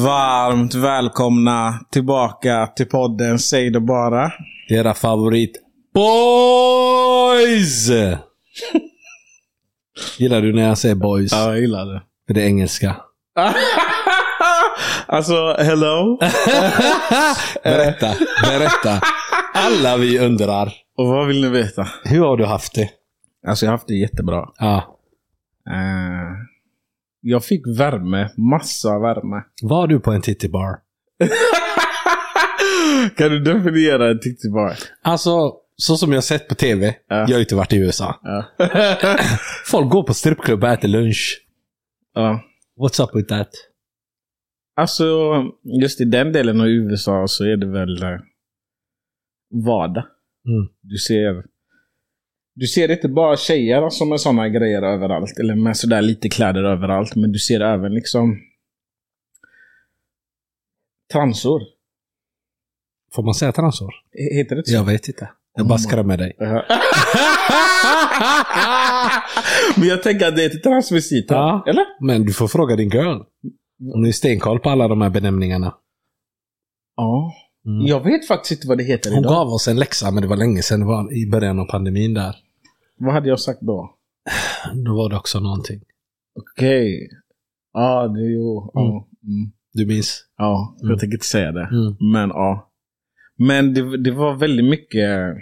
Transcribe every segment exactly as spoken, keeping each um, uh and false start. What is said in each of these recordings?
Varmt välkomna tillbaka till podden Säg det bara. Era favorit boys. Gillar du när jag säger boys? Ja, jag gillar det. För det är engelska. Alltså, hello. Berätta, berätta. Alla vi undrar. Och vad vill ni veta? Hur har du haft det? Alltså, jag har haft det jättebra. Ja. Uh, jag fick värme, massa värme. Var du på en tittibar? Kan du definiera en tittibar? Alltså, så som jag sett på tv. Ja. Jag har ju inte varit i U S A. Ja. Folk går på strippklubb och äter lunch. Ja. What's up with that? Alltså, just i den delen av U S A så är det väl uh, vardag. Mm. Du ser Du ser inte bara tjejer som med såna grejer överallt, eller med sådär lite kläder överallt, men du ser även liksom transor. Får man säga transor? Heter det så? Jag vet inte. Jag bara skrämmer med dig. Men jag tänker att det heter transvestiter, Ja, eller? men du får fråga din girl. Hon är stenkoll på alla de här benämningarna. Ja. Mm. Jag vet faktiskt inte vad det heter Hon idag. gav oss en läxa, men det var länge sedan. Det var i början av pandemin där. Vad hade jag sagt då? Då var det också någonting. Okej. Okay. Ja, det är ju... Mm. Ja, mm. Du minns? Ja, jag Mm. tänker inte säga det. Mm. Men ja. Men det, det var väldigt mycket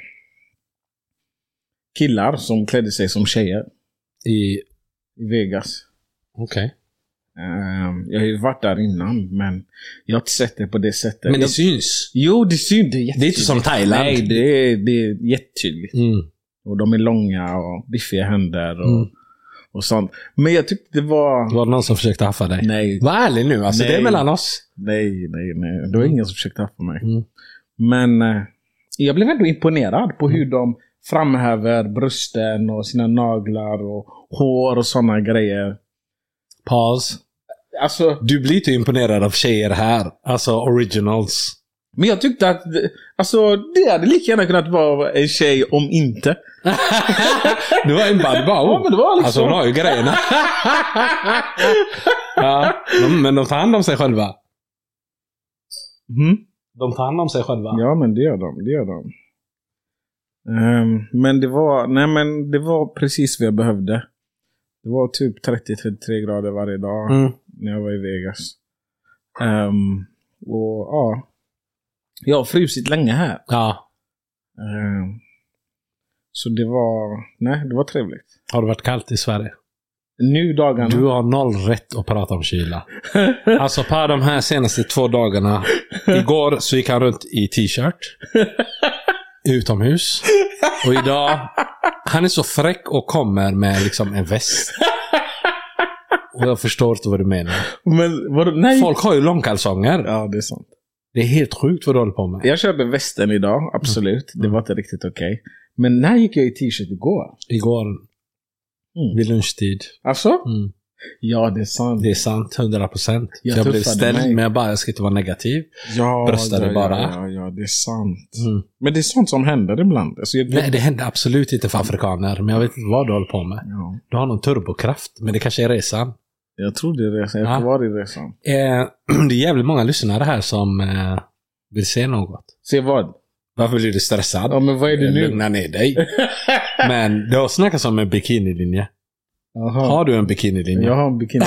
killar som klädde sig som tjejer I... i Vegas. Okej. Okay. Um, jag har ju varit där innan, men jag har inte sett det på det sättet. Men det jag... syns. Jo, det syns. Det är, det är inte som Thailand. Nej, det är, det är jättetydligt. Mm. Och de är långa och biffiga händer och, Mm. och sånt. Men jag tyckte det var... Var det någon som försökte haffa dig? Nej. Var ärlig nu, alltså Nej. det är mellan oss. Nej, nej, nej. Det var ingen som försökte haffa mig. Mm. Men eh, jag blev ändå imponerad på hur de framhäver brösten och sina naglar och hår och såna grejer. Paus. Alltså, Du blir inte imponerad av tjejer här. Alltså originals. men jag tyckte att alltså, det hade lika gärna kunnat vara en tjej om inte. Det var en bad bara, oh. Ja, men det var liksom... Alltså hon har ju grejerna. Ja, de, men de tar hand om sig själva. Mm. De tar hand om sig själva. Ja, men det gör de, det gör de. Um, men det var, nej men det var precis vad jag behövde. Det var typ trettio till trettiotre grader varje dag Mm. när jag var i Vegas. Um, och ja, jag har frusit länge här. Ja. Um, så det var, nej, det var trevligt. Har det varit kallt i Sverige? Nu dagarna. Du har noll rätt att prata om kyla. Alltså på de här senaste två dagarna. Igår så gick han runt i t-shirt. Utomhus. Och idag, han är så fräck och kommer med liksom en väst. Och jag förstår inte vad du menar. Men vadå, nej. Folk har ju långkalsonger. Ja, det är sant. Det är helt sjukt vad du håller på med. Jag köper västen idag, absolut. Mm. Det var inte riktigt okej. Okay. Men när gick jag i t-shirt igår? Igår Mm. vid lunchtid. Alltså? Mm. Ja, det är sant. Det är sant, hundra procent. Jag Jag blev tuffade ställd, mig. men jag bara, jag ska inte vara negativ. Ja, Bröstade ja, bara. Ja, ja, ja, det är sant. Mm. Men det är sånt som händer ibland. Alltså, jag, Nej, det händer absolut inte för afrikaner. Men jag vet inte vad du håller på med. ja, Du har någon turbokraft, men det kanske är resan. jag tror det är resan. Jag Ja. var i resan. Eh, det är jävligt många lyssnare här som eh, vill se något. Se vad? Varför blir du stressad? Ja, men vad är det nu? Lugna ner dig. Men det har snackats om en bikinilinje. Aha. Har du en bikinilinje? Jag har en bikini.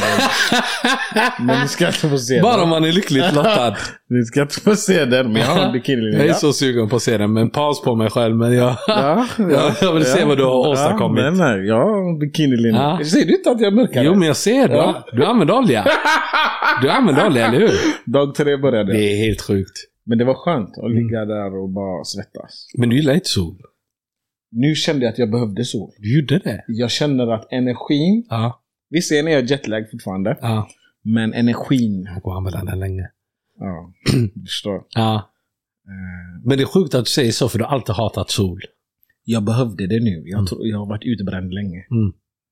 Men ni ska inte få se den. Bara om man är lyckligt lottad. Ni ska inte få se den, men jag har en bikini. Jag är så sugen på att se den, men paus på mig själv. Men jag, Ja, ja, jag vill se vad du har åstadkommit. Ja, men nej, jag har en bikinilinje. Ja. Ser du inte att jag mörkar? Jo, men jag ser det. Ja. Du använder olja. Du använder olja, eller hur? Dag tre började. Det är helt sjukt. Men det var skönt att ligga där och bara svettas. Men du gillar inte sol. Nu kände jag att jag behövde sol. Du gjorde det. Jag känner att energin... Ja. Visst är jag jetlag fortfarande. Ja. Men energin... Jag kommer använda den länge. Ja, du förstår. Ja. Uh, Men det är sjukt att du säger så, för du har alltid hatat sol. jag behövde det nu. Jag, Mm. tror, jag har varit utbränd länge. Mm.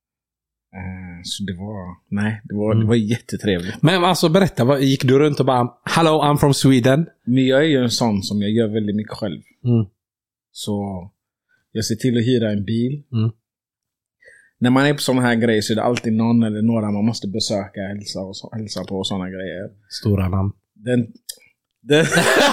Uh, så det var... Nej, det var, Mm. det var jättetrevligt. Men alltså berätta, vad, gick du runt och bara hello, I'm from Sweden? Men jag är ju en sån som jag gör väldigt mycket själv. Mm. Så jag ser till att hyra en bil. Mm. när man är på sådana här grejer så är det alltid någon eller några man måste besöka, hälsa, och så, hälsa på och sådana grejer. Stora namn. Den, den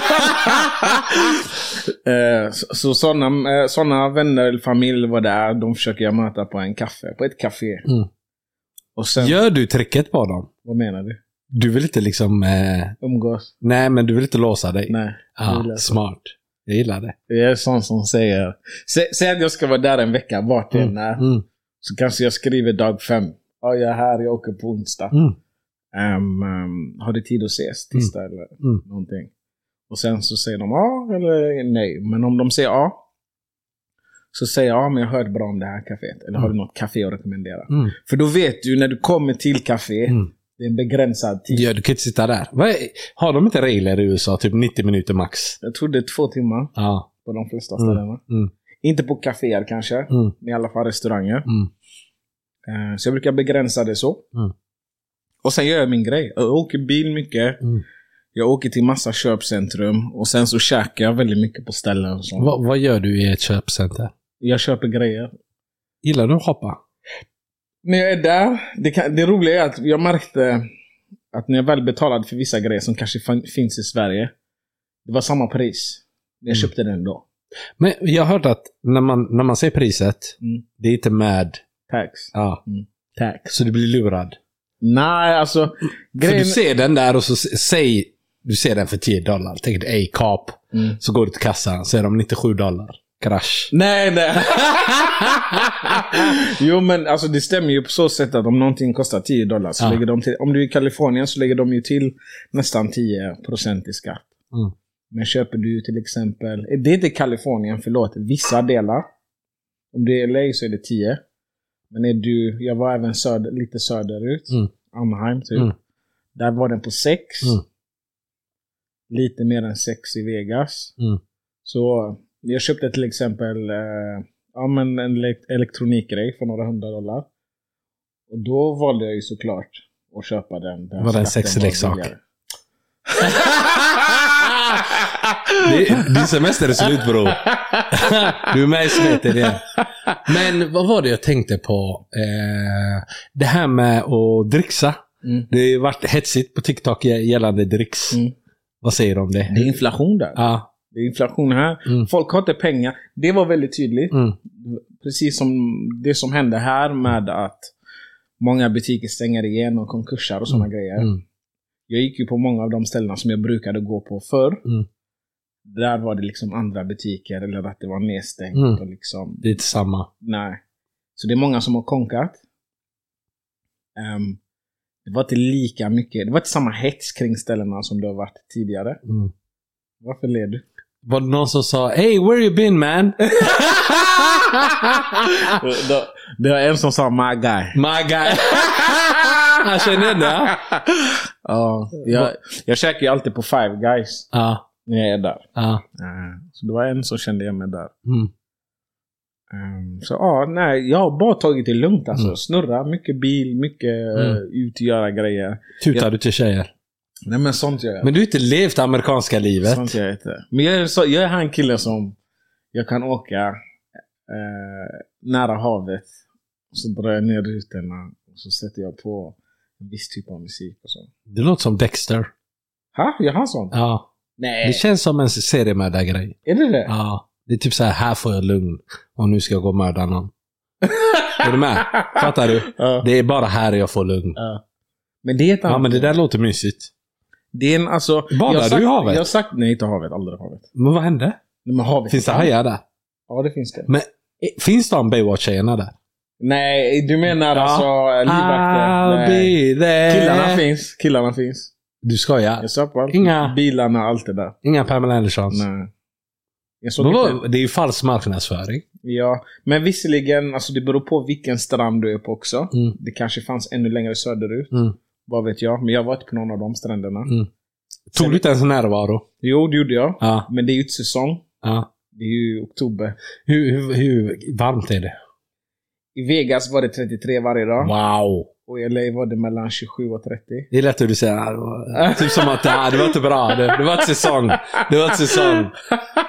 uh, så så sådana, uh, sådana vänner eller familj var där, de försöker jag möta på en kaffe, på ett café. Mm. Och sen, Gör du tricket på dem? vad menar du? Du vill inte liksom... Eh, Umgås? nej, men du vill inte låsa dig. Nej. Ja, smart. Jag gillar det. Det är sånt som säger, sä, säg att jag ska vara där en vecka, vart det än är. Mm. Så kanske jag skriver dag fem. Ja, jag är här, jag åker på onsdag. Mm. Um, um, har du tid att ses tisdag mm. eller mm. någonting? Och sen så säger de ja eller nej. Men om de säger ja, så säger jag ja, men jag har hört bra om det här kaféet. Eller mm. har du något kafé att rekommendera? Mm. För då vet du när du kommer till kafé, mm. det är en begränsad tid. Ja, du kan inte sitta där. Vad är, har de inte regler i U S A? Typ nittio minuter max? Jag tror det är två timmar ja. på de flesta ställena. Mm. Mm. Inte på kaféer kanske, mm. men i alla fall restauranger. Mm. Uh, så jag brukar begränsa det så. Mm. Och sen gör jag min grej. Jag åker bil mycket. Mm. Jag åker till massa köpcentrum. Och sen så käkar jag väldigt mycket på ställen. Och sånt. Va, vad gör du i ett köpcenter? Jag köper grejer. Gillar du att shoppa? När jag är där, det, kan, det roliga är att jag märkte att när jag väl betalade för vissa grejer som kanske fin- finns i Sverige, det var samma pris. Jag mm. köpte den då. Men jag har hört att när man, när man ser priset, mm. det är inte med tax. Ja. Mm. Tax. Så du blir lurad. Nej, alltså grejen... För du ser den där och så säg du ser den för tio dollar. Tänk dig, ej, kap. Mm. Så går du till kassan, så är de nittiosju dollar. Krasch. Nej, nej. Jo, men alltså det stämmer ju på så sätt att om någonting kostar tio dollar så ja. lägger de till, om du är i Kalifornien så lägger de ju till nästan tio procent i skatt. Mm. Men köper du till exempel, det är inte Kalifornien, förlåt, vissa delar. Om det är L A så är det tio. Men är du, jag var även söder, lite söderut, mm. Anaheim typ. Mm. Där var den på sex. Mm. Lite mer än sex i Vegas. Mm. Så jag köpte till exempel eh, ja, men en elektronikgrej för några hundra dollar. Och då valde jag ju såklart att köpa den. Var det en sexleksak? Din semester är slut, bro. Du är med i svetet igen. Men vad var det jag tänkte på? Eh, det här med att dricksa. Mm. Det har ju varit hetsigt på TikTok gällande dricks. Mm. Vad säger du om det? Det är inflation där. Ja. Det är inflation här. Mm. Folk har inte pengar. Det var väldigt tydligt. Mm. Precis som det som hände här med att många butiker stänger igen och konkursar och sådana mm. grejer. Mm. Jag gick ju på många av de ställena som jag brukade gå på förr. Mm. Där var det liksom andra butiker eller att det var nedstängt. Mm. Och liksom, det är inte samma. Nej. Så det är många som har konkat. Um, det var inte lika mycket. Det var inte samma hets kring ställena som det har varit tidigare. Mm. Varför ler du? Var det någon som sa hey, where you been, man? det, det var en som sa my guy. My guy. Jag känner det. Ja, jag, jag käkar ju alltid på Five Guys. Ja. När jag är där. Ja. Så det var en som kände jag mig där. Mm. Um, så ja, nej, jag har bara tagit det lugnt alltså. Mm. Snurra, mycket bil, mycket mm. uh, ut och göra grejer. Tutar jag, du till tjejer? Nej, men sånt gör jag. Men du har inte levt det amerikanska livet. Sånt gör jag inte. Men jag är, så, jag är han killen som jag kan åka uh, nära havet. Och så drar jag ner rutorna. Och så sätter jag på en viss typ av musik och så. Det låter som Dexter. Ha? Gör han sånt? Ja. Nej. Det känns som en serie med där grej. Är det det? Ja. Det är typ så här, här får jag lugn. Och nu ska jag gå och mörda någon. Är du med? Fattar du? Ja. Det är bara här jag får lugn. Ja. Men det är ett annat. Ja, men det där låter mysigt. Det är en, alltså... Badar du i havet? Jag har sagt nej till havet, aldrig havet. Men vad hände? Men havet finns det hajar där? Ja, det finns det. Men finns det en Baywatch-tjejerna där? Nej, du menar ja. alltså livvakter? Nej. Killarna finns. Killarna finns. Du ska ja. Jag sa på Inga... bilarna och allt det där. Inga Pamela Andersons. Nej. Var, det är ju falsk marknadsföring. Ja, men visserligen, alltså det beror på vilken strand du är på också. Mm. Det kanske fanns ännu längre söderut. Mm. Vad vet jag, men jag var inte på någon av de stränderna. Mm. Tog Sen, du inte ens närvaro? Jo, det gjorde jag. Ja. Men det är ju inte säsong. Ja. Det är ju oktober. Hur, hur, hur varmt är det? I Vegas var det trettiotre varje dag. Wow. Och i L A var det mellan tjugosju och trettio. Det är lätt hur du säger. Typ som att ah, det var inte bra. Det, det var ett säsong. Det var ett säsong.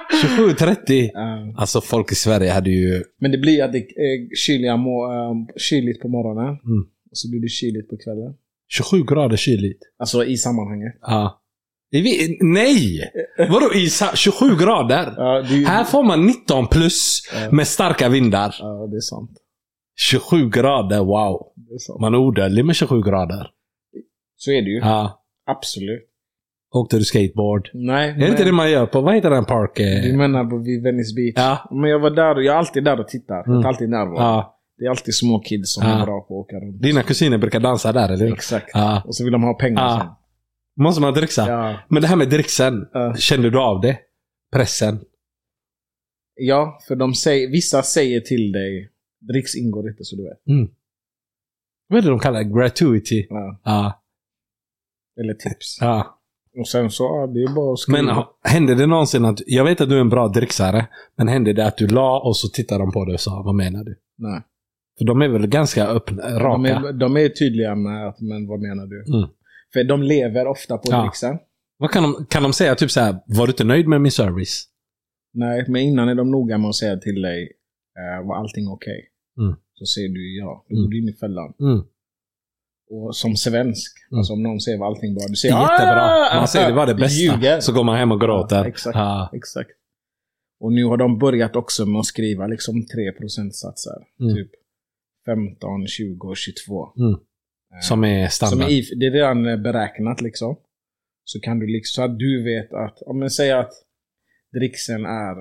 tjugosju trettio. Uh, alltså folk i Sverige hade ju... Men det blir att det är kyliga må, uh, kyligt på morgonen. Mm. Och så blir det kyligt på kvällen. tjugosju grader kyligt. Alltså i sammanhanget. Ja. Vi, nej! Vadå i tjugosju grader? Ja, det, här får man nitton plus ja. Med starka vindar. Ja, det är sant. tjugosju grader, wow. Det är sant. Man är odödlig med tjugosju grader. Så är det ju. Ja. Absolut. Åkte du skateboard? Nej. Är det inte det man gör på, vad heter den park? Du menar på vid Venice Beach? Ja. Men jag var där och jag är alltid där och tittar. Mm. Jag är alltid närvarande. Ja. Det är alltid små kids som ja. är bra på att åka runt. Dina kusiner brukar dansa där, eller? Exakt. Ja. Och så vill de ha pengar ja. sen. Måste man dricksa? Ja. Men det här med dricksen, ja. kände du av det? Pressen? Ja, för de säger, vissa säger till dig, dricks ingår inte så du vet. Mm. Vad är det de kallar det? Gratuity? Ja. Ja. Eller tips. Ja. Och sen så, ja, det är bara att skriva. Men hände det någonsin att, jag vet att du är en bra dricksare, men hände det att du la och så tittade de på dig och sa, vad menar du? Nej. För de är väl ganska öppna, raka? De är, de är tydliga med att, men vad menar du? Mm. För de lever ofta på ja. dricksen. Vad kan de, kan de säga typ så här, var du inte nöjd med min service? Nej, men innan är de noga med att säga till dig, uh, var allting okej? Okay? Mm. Så säger du ja, då mm. går du in i fällan. Mm. Och som svensk, mm. alltså om någon säger var allting bra, du säger jättebra. Man säger det var det bästa. Ljuger. Så går man hem och gråter. Ja, exakt, ja. exakt. Och nu har de börjat också med att skriva liksom tre procentsatser. Mm. Typ femton, tjugo, tjugotvå. Mm. Som är standard. Som är, det är redan beräknat liksom. Så kan du liksom, så att du vet att, om man säger att dricksen är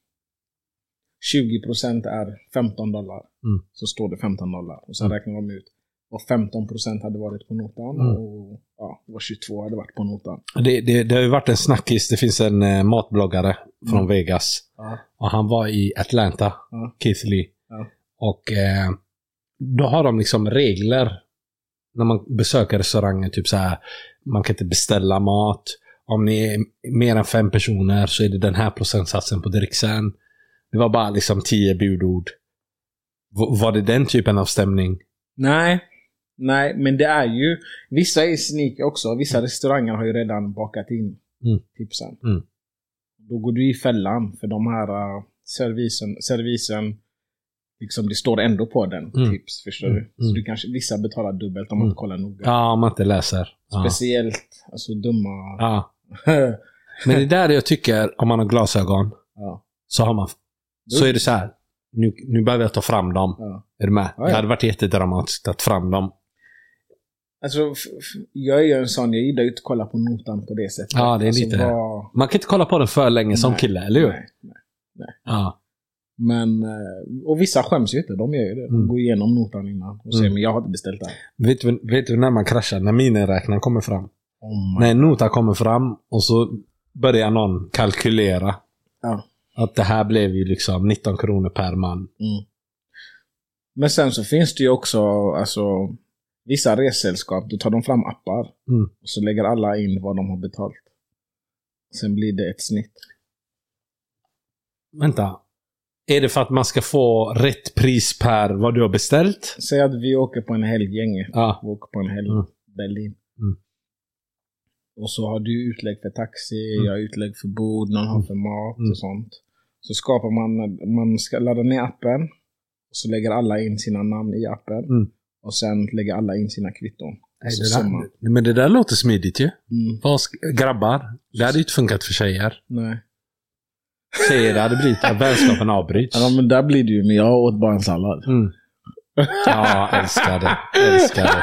tjugo procent är femton dollar. Mm. Så står det femton dollar. Och sen mm. räknar de ut. Och femton procent hade varit på notan. Mm. Och ja, var tjugotvå hade varit på notan. Det, det, det har ju varit en snackis. Det finns en eh, matbloggare från mm. Vegas. Ja. Och han var i Atlanta. Ja. Keith Lee. Ja. Och eh, då har de liksom regler. När man besöker restauranger. Typ så här. Man kan inte beställa mat. Om ni är mer än fem personer så är det den här procentsatsen på dricksen. Det var bara liksom tio budord. V- var det den typen av stämning? Nej. Nej, men det är ju, vissa är sneaky också. Vissa restauranger har ju redan bakat in mm. tipsen. Mm. Då går du i fällan för de här uh, servisen, servisen liksom det står ändå på den mm. tips, förstår mm. du? Så du kanske, vissa betalar dubbelt om man mm. inte kollar noga. Ja, om man inte läser. Speciellt, ja. alltså dumma... Ja. Men det är där jag tycker, om man har glasögon ja. så har man, så är det så här. Nu, nu behöver jag ta fram dem. Ja. Är du med? Ja, ja. Det hade varit jättedramatiskt att ta fram dem. Alltså, f- f- jag är ju en sån, jag gillar ju inte att kolla på notan på det sättet. Ja, det är alltså, lite vad... det. Man kan inte kolla på den för länge nej, som kille, eller hur? Nej, nej, nej. Ja. Men, och vissa skäms ju inte, de gör ju det. De mm. går igenom notan innan och säger, mm. men jag har inte beställt det. Vet du, vet du när man kraschar? När miniräknaren kommer fram. Oh när en nota kommer fram och så börjar någon kalkylera. Ja. Att det här blev ju liksom nitton kronor per man. Mm. Men sen så finns det ju också, alltså, vissa ressällskap, då tar de fram appar. Mm. Och så lägger alla in vad de har betalt. Sen blir det ett snitt. Vänta. Är det för att man ska få rätt pris per vad du har beställt? Säg att vi åker på en helg, ja. Vi åker på en helg, mm. Berlin. Mm. Och så har du utlägg för taxi, mm. jag har utlägg för bod, någon har för mat mm. och sånt. Så skapar man, man ska ladda ner appen. Och så lägger alla in sina namn i appen. Mm. Och sen lägger alla in sina kvitton. Nej, det där, men det där låter smidigt ju. Mm. För oss grabbar, det hade ju inte funkat för tjejer. Nej. Tjejer, det hade blivit att vänskapen avbryts. Ja, men där blir det ju, men jag åt bara en sallad. Mm. Ja, älskar det. Älskar det.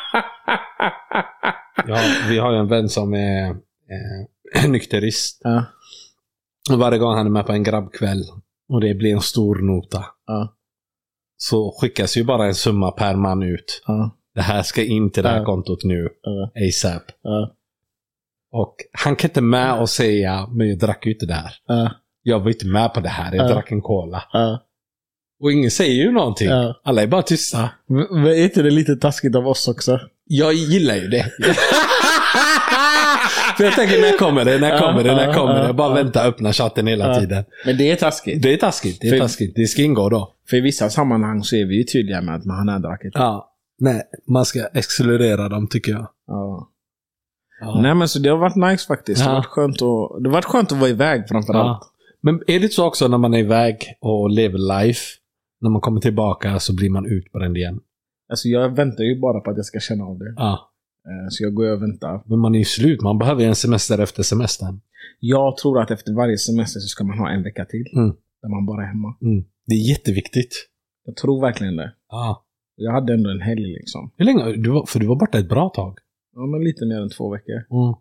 Ja, vi har ju en vän som är eh, nykterist. Ja. Och varje gång han är med på en grabbkväll och det blir en stor nota. Ja. Så skickas ju bara en summa per man ut. Ja. Det här ska in till det här ja. kontot nu. Ja. ASAP. Ja. Och han kan inte med och säga, men jag drack ju inte det här. Ja. Jag var inte med på det här, jag ja. drack en cola. Ja. Och ingen säger ju någonting. Ja. Alla är bara tysta. Men, men är inte det lite taskigt av oss också? Jag gillar ju det. För jag tänker, när kommer det, när kommer det, när kommer det. Jag bara väntar, öppna chatten hela tiden. Men det är taskigt. Det är taskigt, det är för, taskigt. Det ska ingå då. För i vissa sammanhang så är vi ju tydliga med att man har drackit. Ja, nej, man ska exkludera dem tycker jag. Ja. Ja. Nej men så det har varit nice faktiskt. Ja. Det har varit skönt att, det har varit skönt att vara iväg framförallt. Ja. Men är det så också när man är iväg och lever life, när man kommer tillbaka så blir man utbränd igen? Alltså jag väntar ju bara på att jag ska känna av det. Ja. Så jag går och väntar. Men man är ju slut, man behöver en semester efter semestern. Jag tror att efter varje semester så ska man ha en vecka till. Mm. Där man bara är hemma. Mm. Det är jätteviktigt. Jag tror verkligen det. Ja. Jag hade ändå en helg liksom. Hur länge? Du var, för du var borta ett bra tag. Ja, men lite mer än två veckor. Mm.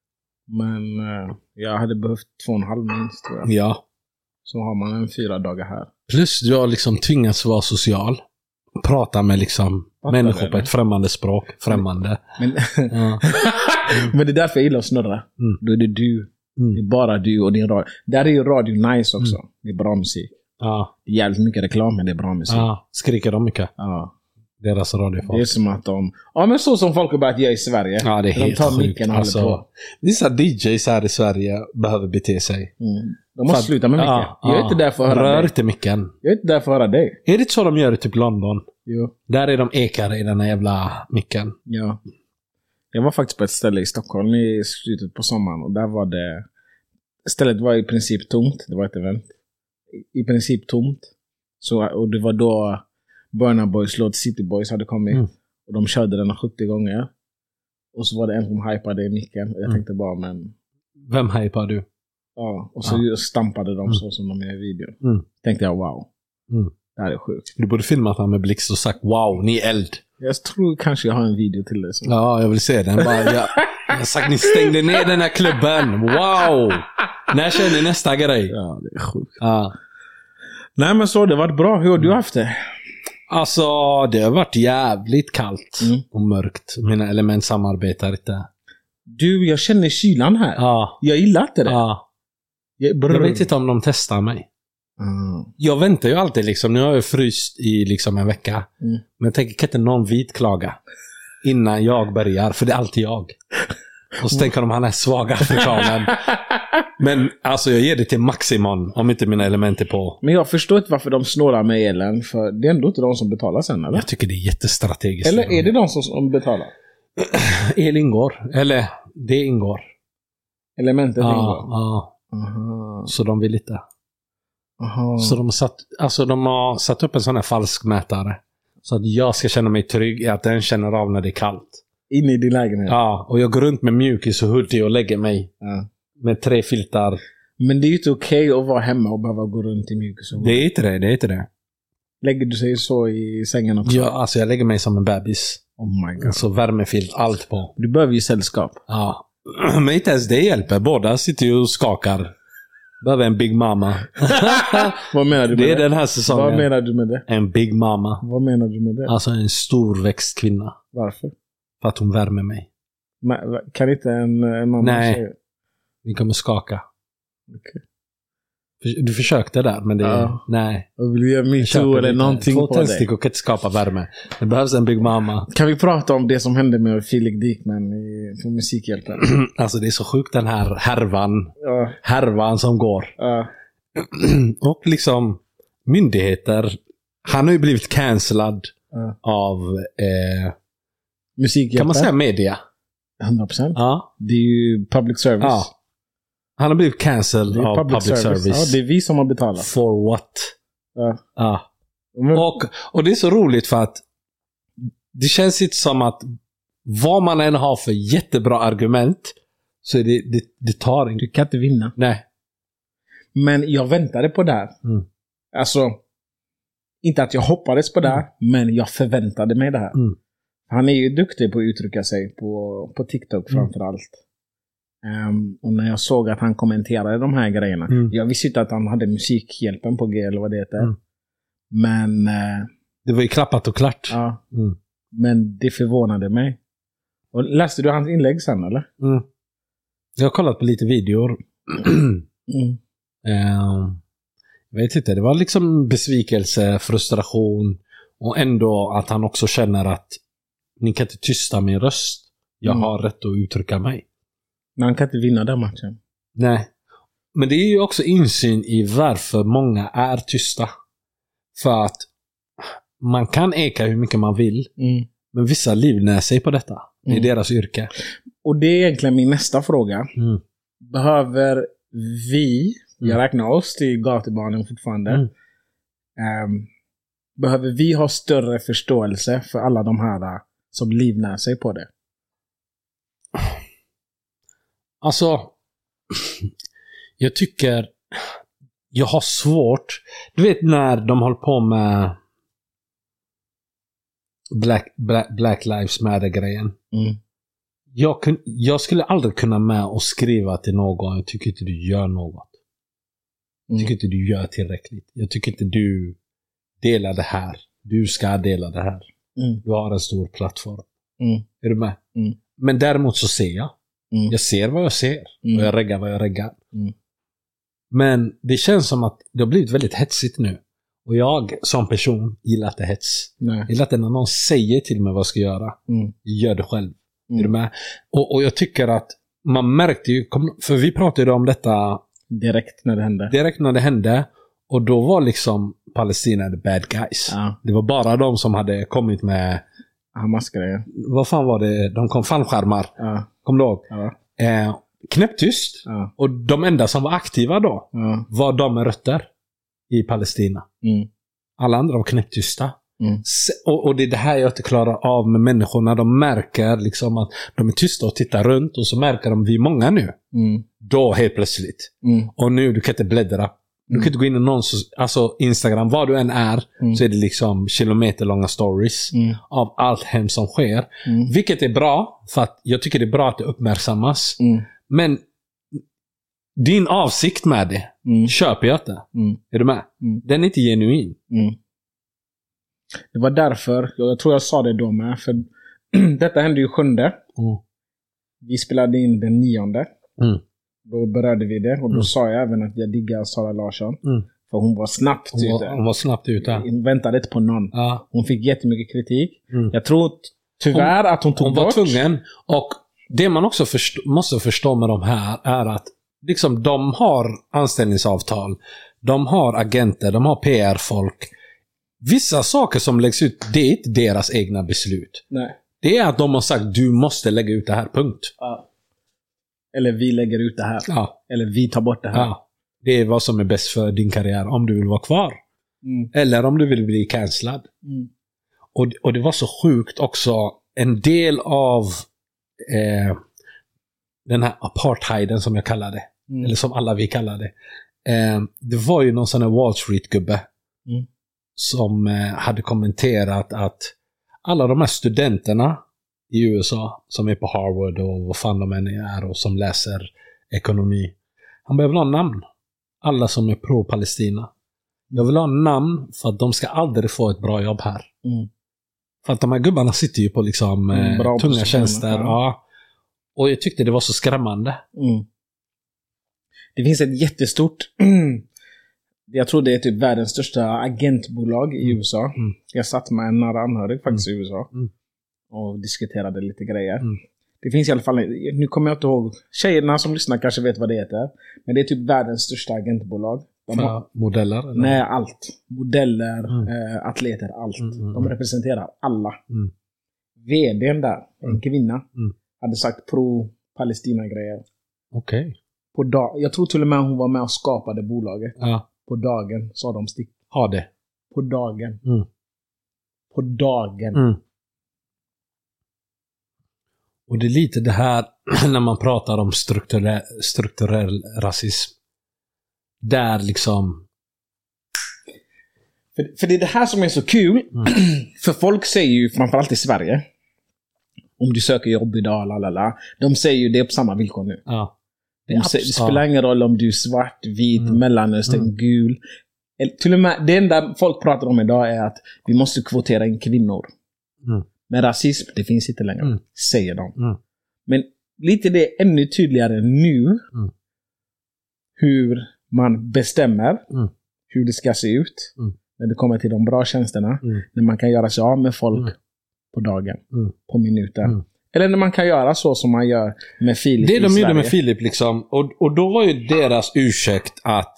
Men uh, jag hade behövt två och en halv minst, tror jag. Ja. Så har man en fyra dagar här. Plus du har liksom tvingats vara social. Prata med liksom Fattar människor det, på det. ett främmande språk. Främmande. Men, Ja. men det är därför jag gillar att snurra. Mm. Då är det du. Mm. Det är bara du och din radio. Där är ju radio nice också. Mm. Det är bra musik. Ja. Det är jävligt mycket reklam, men det är bra musik. Ja. Skriker de mycket? Ja. Deras radiofolk. Det är som att de... Ja, men så som folk har börjat göra i Sverige. Ja, det är de helt tar sjukt. micken och Alltså, håller på. vissa D Js här i Sverige behöver bete sig. Mm. De måste För att- sluta med micken. Ja, jag är ja. inte där för att höra Rör dig. inte micken. Jag är inte där för att höra dig. Är det så de gör i typ London? Jo. Där är de ekare i den här jävla micken. Ja. Jag var faktiskt på ett ställe i Stockholm i slutet på sommaren. Och där var det... Stället var i princip tomt. Det var ett event. I princip tomt. Så, och det var då Burna Boys låt City Boys hade kommit. Mm. Och de körde den sjuttio gånger. Och så var det en som hypade i micken. Och jag Mm. tänkte bara, men... Vem hypar du? Ja. Och så Ja. stampade de Mm. så som de gör i videon. Mm. Tänkte jag, wow. Mm. Det här är sjukt. Du borde filmat han med blixt och sagt wow, ni är eld. Jag tror kanske jag har en video till det. Så. Ja, jag vill se den. Bara, jag, jag har sagt ni stängde ner den här klubben. Wow! När kör ni nästa grej? Ja, det är sjukt. Ja. Nej, men så, det har varit bra. Hur har du haft det? Alltså, det har varit jävligt kallt Mm. och mörkt. Mina element samarbetar inte. Du, jag känner kylan här. Ja. Jag gillar inte det. Ja. Jag, Jag vet inte om de testar mig. Mm. Jag väntar ju alltid liksom. Nu har jag fryst i liksom en vecka. Mm. Men jag tänker, kan inte någon vit klaga innan jag börjar? För det är alltid jag. Och så tänker de, han är svaga afrikanen. Men alltså jag ger det till maximum om inte mina element är på. Men jag förstår inte varför de snålar med elen. För det är ändå inte de som betalar sen, eller? Jag tycker det är jättestrategiskt. Eller är det de som, som betalar? El ingår. Eller det ingår. Elementet Ja, ingår? ja. Aha. Så de vill inte. Aha. Så de har satt, alltså de har satt upp en sån här falsk mätare. Så att jag ska känna mig trygg i att den känner av när det är kallt. In i din lägenhet? Ja, och jag går runt med mjukis och hoodie och lägger mig. Ja. Med tre filtar. Men det är ju inte okej att vara hemma och behöva gå runt i mjukis och Det är inte det, det är inte det. Lägger du sig så i sängen också? Ja, alltså jag lägger mig som en bebis. Oh my god. Så värmefilt, allt på. Du behöver ju sällskap. Ja. Men inte ens det hjälper. Båda sitter ju och skakar. Behöver en big mama. Vad menar du med Det det? är den här säsongen. Vad menar du med det? En big mama. Vad menar du med det? Alltså en storväxt kvinna. Varför? För att hon värmer mig. Men, kan inte en, en mamma Nej. säga? Vi kommer skaka. Okej. Du försökte där, men det är... Ja. Nej. Jag vill göra Jag köper metoo eller lite. någonting Två på dig. tändstickor kan inte skapa värme. Det behövs en big mama. Kan vi prata om det som hände med Felix Dickman i, på Musikhjälpen? Alltså det är så sjukt den här härvan. Ja. Härvan som går. Ja. Och liksom myndigheter. Han har ju blivit cancellad Ja. av eh, Musikhjälpen? kan man säga media? hundra procent. Ja. Det är ju public service. Ja. Han har blivit cancelled Det är av public, public, service. service. Ja, det är vi som har betalat. For what? Ja. Ja. Men, Och, och det är så roligt för att det känns inte som att vad man än har för jättebra argument så är det, det, det tar inte. du kan inte vinna. Nej. Men jag väntade på det här. Mm. Alltså, inte att jag hoppades på det här, men jag förväntade mig det här. Mm. Han är ju duktig på att uttrycka sig på, på TikTok Mm. framförallt. Um, och när jag såg att han kommenterade de här grejerna. Mm. Jag visste inte att han hade Musikhjälpen på G eller vad det heter. Mm. Men, uh, Det var ju klappat och klart. ja, Mm. men det förvånade mig. Och läste du hans inlägg sen eller? Mm. Jag har kollat på lite videor. Mm. Eh, jag vet inte, det var liksom besvikelse, frustration och ändå att han också känner att ni kan inte tysta min röst. Jag Mm. har rätt att uttrycka mig. Men han kan inte vinna den matchen. Nej. Men det är ju också insyn i varför många är tysta. För att man kan eka hur mycket man vill, Mm. men vissa livnär sig på detta. Det är Mm. deras yrke. Och det är egentligen min nästa fråga. Mm. Behöver vi Mm. Jag räknar oss till gatubarnen fortfarande. Mm. Um, behöver vi ha större förståelse för alla de här som livnär sig på det? Alltså, jag tycker jag har svårt. Du vet när de håller på med Black, Black, Black Lives Matter-grejen. Mm. Jag, kun, jag skulle aldrig kunna med och skriva till någon. Jag tycker inte du gör något. Jag tycker mm. inte du gör tillräckligt. Jag tycker inte du delar det här. Du ska dela det här. Mm. Du har en stor plattform. Mm. Är du med? Mm. Men däremot så ser jag. Mm. Jag ser vad jag ser. Mm. Och jag reggar vad jag reggar. Mm. Men det känns som att det har blivit väldigt hetsigt nu. Och jag som person gillar inte hets. Nej. Jag gillar inte när någon säger till mig vad jag ska göra. Mm. Gör det själv. Mm. Är du med? Och, och jag tycker att man märkte ju, för vi pratade om detta direkt när det hände. Direkt när det hände. Och då var liksom Palestina the bad guys. Ja. Det var bara de som hade kommit med Hamas-grejer. Vad fan var det? De kom fallskärmar. Ja. Kom du ihåg? Ja. Eh, knäpptyst. Ja. Och de enda som var aktiva då ja. var de med rötter i Palestina. Mm. Alla andra var knäpptysta. Mm. Och, och det är det här jag inte klarar av med människor när de märker liksom att de är tysta och tittar runt och så märker de vi är många nu. Mm. Då helt plötsligt. Mm. Och nu du kan inte bläddra. Du kan inte gå in i någon, alltså Instagram, vad du än är, mm. så är det liksom kilometerlånga stories mm. av allt hem som sker. Mm. Vilket är bra, för att jag tycker det är bra att det uppmärksammas. Mm. Men din avsikt med det, mm. köper jag inte. Mm. Är du med? Mm. Den är inte genuin. Mm. Det var därför, jag tror jag sa det då med, för detta hände ju sjunde. Mm. Vi spelade in den nionde. Mm. Då berörde vi det och då mm. sa jag även att jag diggar Sara Larsson. Mm. För hon var snabbt hon var, ute. Hon var snabbt ute. Hon väntade inte på någon. Ja. Hon fick jättemycket kritik. Mm. Jag tror tyvärr hon, att hon tog hon bort. Hon var tvungen. Och det man också förstå, måste förstå med de här är att liksom, de har anställningsavtal. De har agenter. De har P R-folk. Vissa saker som läggs ut, det är inte deras egna beslut. Nej. Det är att de har sagt du måste lägga ut det här, punkt. Ja. Eller vi lägger ut det här. Ja. Eller vi tar bort det här. Ja. Det är vad som är bäst för din karriär. Om du vill vara kvar. Mm. Eller om du vill bli cancellad. Mm. Och, och det var så sjukt också. En del av eh, den här apartheiden som jag kallar det. Mm. Eller som alla vi kallar det. Eh, det var ju någon sån här Wall Street-gubbe. Mm. Som eh, hade kommenterat att alla de här studenterna i U S A som är på Harvard och vad fan de än är och som läser ekonomi. Han behöver ha namn. Alla som är pro-Palestina. Jag vill ha namn för att de ska aldrig få ett bra jobb här. Mm. För att de här gubbarna sitter ju på liksom mm, eh, tunga tjänster. Ja. Ja. Och jag tyckte det var så skrämmande. Mm. Det finns ett jättestort jag tror det är typ världens största agentbolag i U S A. Mm. Jag satt med en nära anhörig faktiskt mm. i U S A. Mm. Och diskuterade lite grejer. Mm. Det finns i alla fall, nu kommer jag inte ihåg, tjejerna som lyssnar kanske vet vad det heter. Men det är typ världens största agentbolag. De har modeller? Eller? Nej, allt. Modeller, mm. äh, atleter, allt. Mm, mm, De representerar alla. Mm. Vdn där, en mm. kvinna, mm. hade sagt pro-Palestina-grejer. Okej. Okay. Dag- jag tror till och med hon var med och skapade bolaget. Ja. På dagen sa de stick. Ha det. På dagen. Mm. På dagen. Mm. Och det är lite det här när man pratar om strukturell, strukturell rasism. Där liksom... För, för det är det här som är så kul. Mm. För folk säger ju, framförallt i Sverige, om du söker jobb idag, lalala, de säger ju det på samma villkor nu. Ja. De säger, det spelar ingen roll om du är svart, vit, mm. mellanöstern, mm. gul. Eller, till och med, det enda folk pratar om idag är att vi måste kvotera in kvinnor. Mm. Men rasism, det finns inte längre, mm. säger de. Mm. Men lite det är ännu tydligare nu mm. hur man bestämmer mm. hur det ska se ut mm. när det kommer till de bra tjänsterna. Mm. När man kan göra sig av med folk mm. på dagen, mm. på minuten. Mm. Eller när man kan göra så som man gör med Filip. Det de gjorde med Filip liksom. Och, och då var ju deras ursäkt att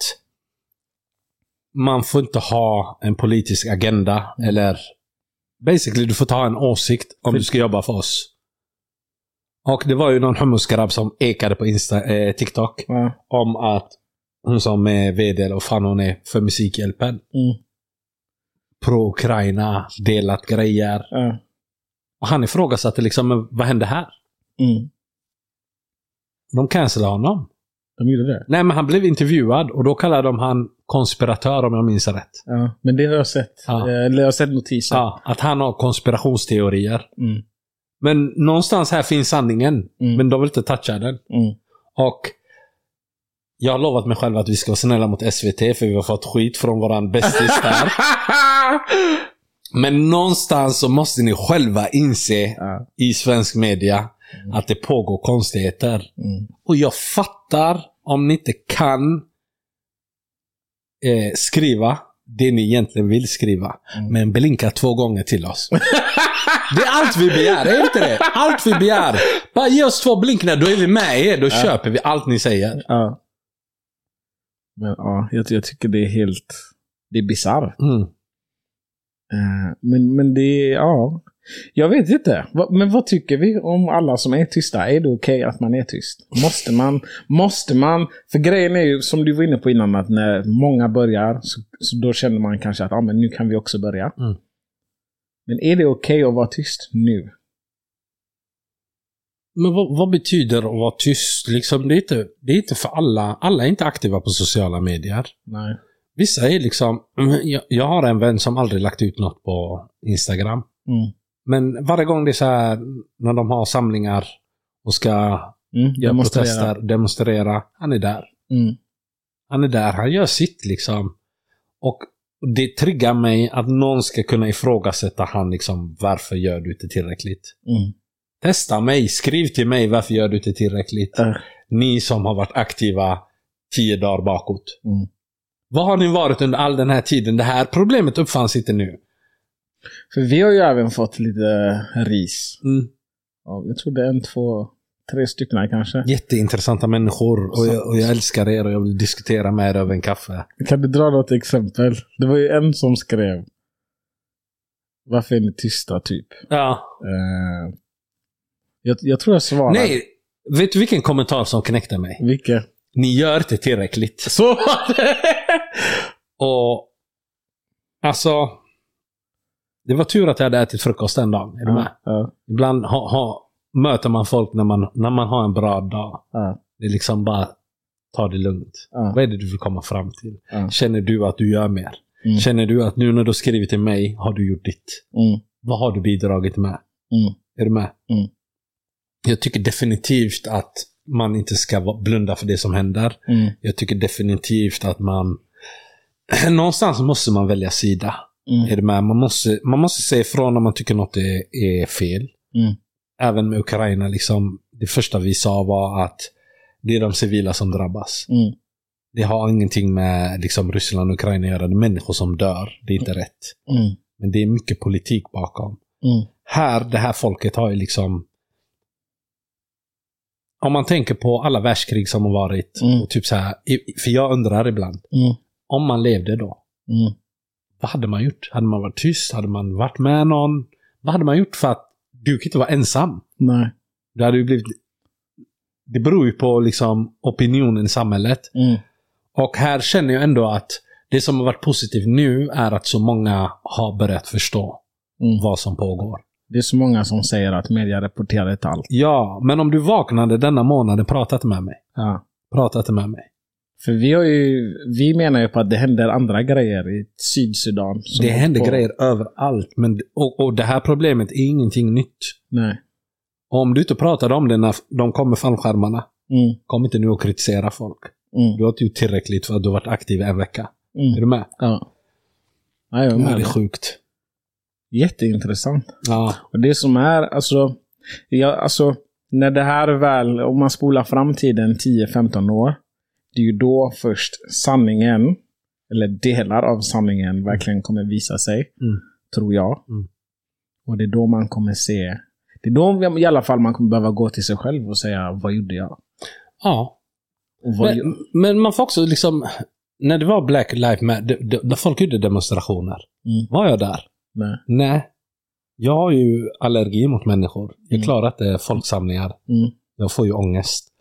man får inte ha en politisk agenda. Mm. Eller basically du får ta en åsikt om För... du ska jobba för oss. Och det var ju någon hummusgrabb som ekade på Insta, eh, TikTok. Ja. Om att hon som är vd eller vad fan hon är för Musikhjälpen. Mm. Pro-Ukraina, delat grejer. Mm. Och han ifrågasatte liksom, vad hände här? Mm. De cancelade honom. De gjorde det? Nej, men han blev intervjuad och då kallade de han konspiratör om jag minns rätt. Ja, men det har jag sett. Ja. Eller jag har sett notiser. Ja, att han har konspirationsteorier. Mm. Men någonstans här finns sanningen. Mm. Men de vill inte toucha den. Mm. Och jag har lovat mig själv att vi ska vara snälla mot S V T för vi har fått skit från våran bästis där. Men någonstans så måste ni själva inse ja. i svensk media mm. att det pågår konstigheter. Mm. Och jag fattar om ni inte kan eh, skriva det ni egentligen vill skriva. Mm. Men blinka två gånger till oss. Det är allt vi begär, är inte det? Allt vi begär. Bara ge oss två blinkningar, då är vi med er. Då ja. köper vi allt ni säger. Ja. Men ja, jag, jag tycker det är helt... Det är bizarrt. Mm. Uh, men, men det är... Ja. Jag vet inte. Va, men vad tycker vi om alla som är tysta? Är det okej okay att man är tyst? Måste man... Måste man... För grejen är ju, som du var inne på innan, att när många börjar så, så då känner man kanske att ah, men nu kan vi också börja. Mm. Men är det okej okay att vara tyst nu? Men vad, vad betyder att vara tyst? Liksom, det, är inte, det är inte för alla. Alla är inte aktiva på sociala medier. Nej. Vissa är liksom... Jag, jag har en vän som aldrig lagt ut något på Instagram. Mm. Men varje gång det är så här, när de har samlingar och ska mm, göra protester, demonstrera, han är där. Mm. Han är där, han gör sitt liksom. Och det triggar mig att någon ska kunna ifrågasätta han liksom, varför gör du inte tillräckligt? Mm. Testa mig, skriv till mig varför gör du inte tillräckligt? Mm. Ni som har varit aktiva tio dagar bakåt. Mm. Vad har ni varit under all den här tiden? Det här problemet uppfanns inte nu. För vi har ju även fått lite ris. Mm. Ja, jag tror det är en, två, tre stycken kanske. Jätteintressanta människor. Och jag, och jag älskar er och jag vill diskutera med er över en kaffe. Kan du dra något exempel? Det var ju en som skrev: varför är ni tysta typ? Ja. Uh, jag, jag tror jag svarade. Nej, vet du vilken kommentar som knäckte mig? Vilken? Ni gör inte tillräckligt. Så var det! Och alltså... Det var tur att jag hade ätit frukost en dag. Är du med? Ja. Ibland ha, ha, möter man folk när man, när man har en bra dag. Ja. Det är liksom bara ta det lugnt. Ja. Vad är det du vill komma fram till? Ja. Känner du att du gör mer? Mm. Känner du att nu när du skriver till mig har du gjort ditt? Mm. Vad har du bidragit med? Mm. Är du med? Mm. Jag tycker definitivt att man inte ska blunda för det som händer. Mm. Jag tycker definitivt att man någonstans måste man välja sida. Mm. Är det med? Man måste, man måste se ifrån när man tycker något är, är fel. Mm. Även med Ukraina, liksom, det första vi sa var att det är de civila som drabbas. Mm. Det har ingenting med liksom, Ryssland och Ukraina att göra. Det är människor som dör. Det är inte mm. rätt. Mm. Men det är mycket politik bakom. Mm. Här, det här folket har ju liksom... Om man tänker på alla världskrig som har varit. Mm. Och typ så här, för jag undrar ibland. Mm. Om man levde då. Mm. Vad hade man gjort? Hade man varit tyst? Hade man varit med någon? Vad hade man gjort för att du kan inte vara ensam? Nej. Det hade ju blivit... Det beror ju på liksom opinionen i samhället. Mm. Och här känner jag ändå att det som har varit positivt nu är att så många har börjat förstå mm. vad som pågår. Det är så många som säger att media rapporterar inte allt. Ja, men om du vaknade denna månaden, pratat med mig. Ja. Pratat med mig. För vi, har ju, vi menar ju på att det händer andra grejer i Sydsudan. Det händer på... grejer överallt. Men, och, och det här problemet är ingenting nytt. Nej. Och om du inte pratar om det när de kommer fallskärmarna, mm. kom inte nu att kritisera folk. Mm. Du har inte gjort tillräckligt för att du har varit aktiv en vecka. Mm. Är du med? Ja. Ja, jag är med. Det är sjukt. Jätteintressant. Ja. Och det som är, alltså, ja, alltså, när det här väl, om man spolar framtiden tio femton år, det är ju då först sanningen, eller delar av sanningen verkligen kommer visa sig, mm. tror jag. Mm. Och det är då man kommer se, det är då i alla fall man kommer behöva gå till sig själv och säga, vad gjorde jag? Ja. Och vad men, jag... men man får också liksom, när det var Black Lives Matter, när folk gjorde demonstrationer, mm. var jag där? Nej. Nej. Jag har ju allergi mot människor. Jag mm. klarar inte folksamlingar. Mm. Jag får ju ångest.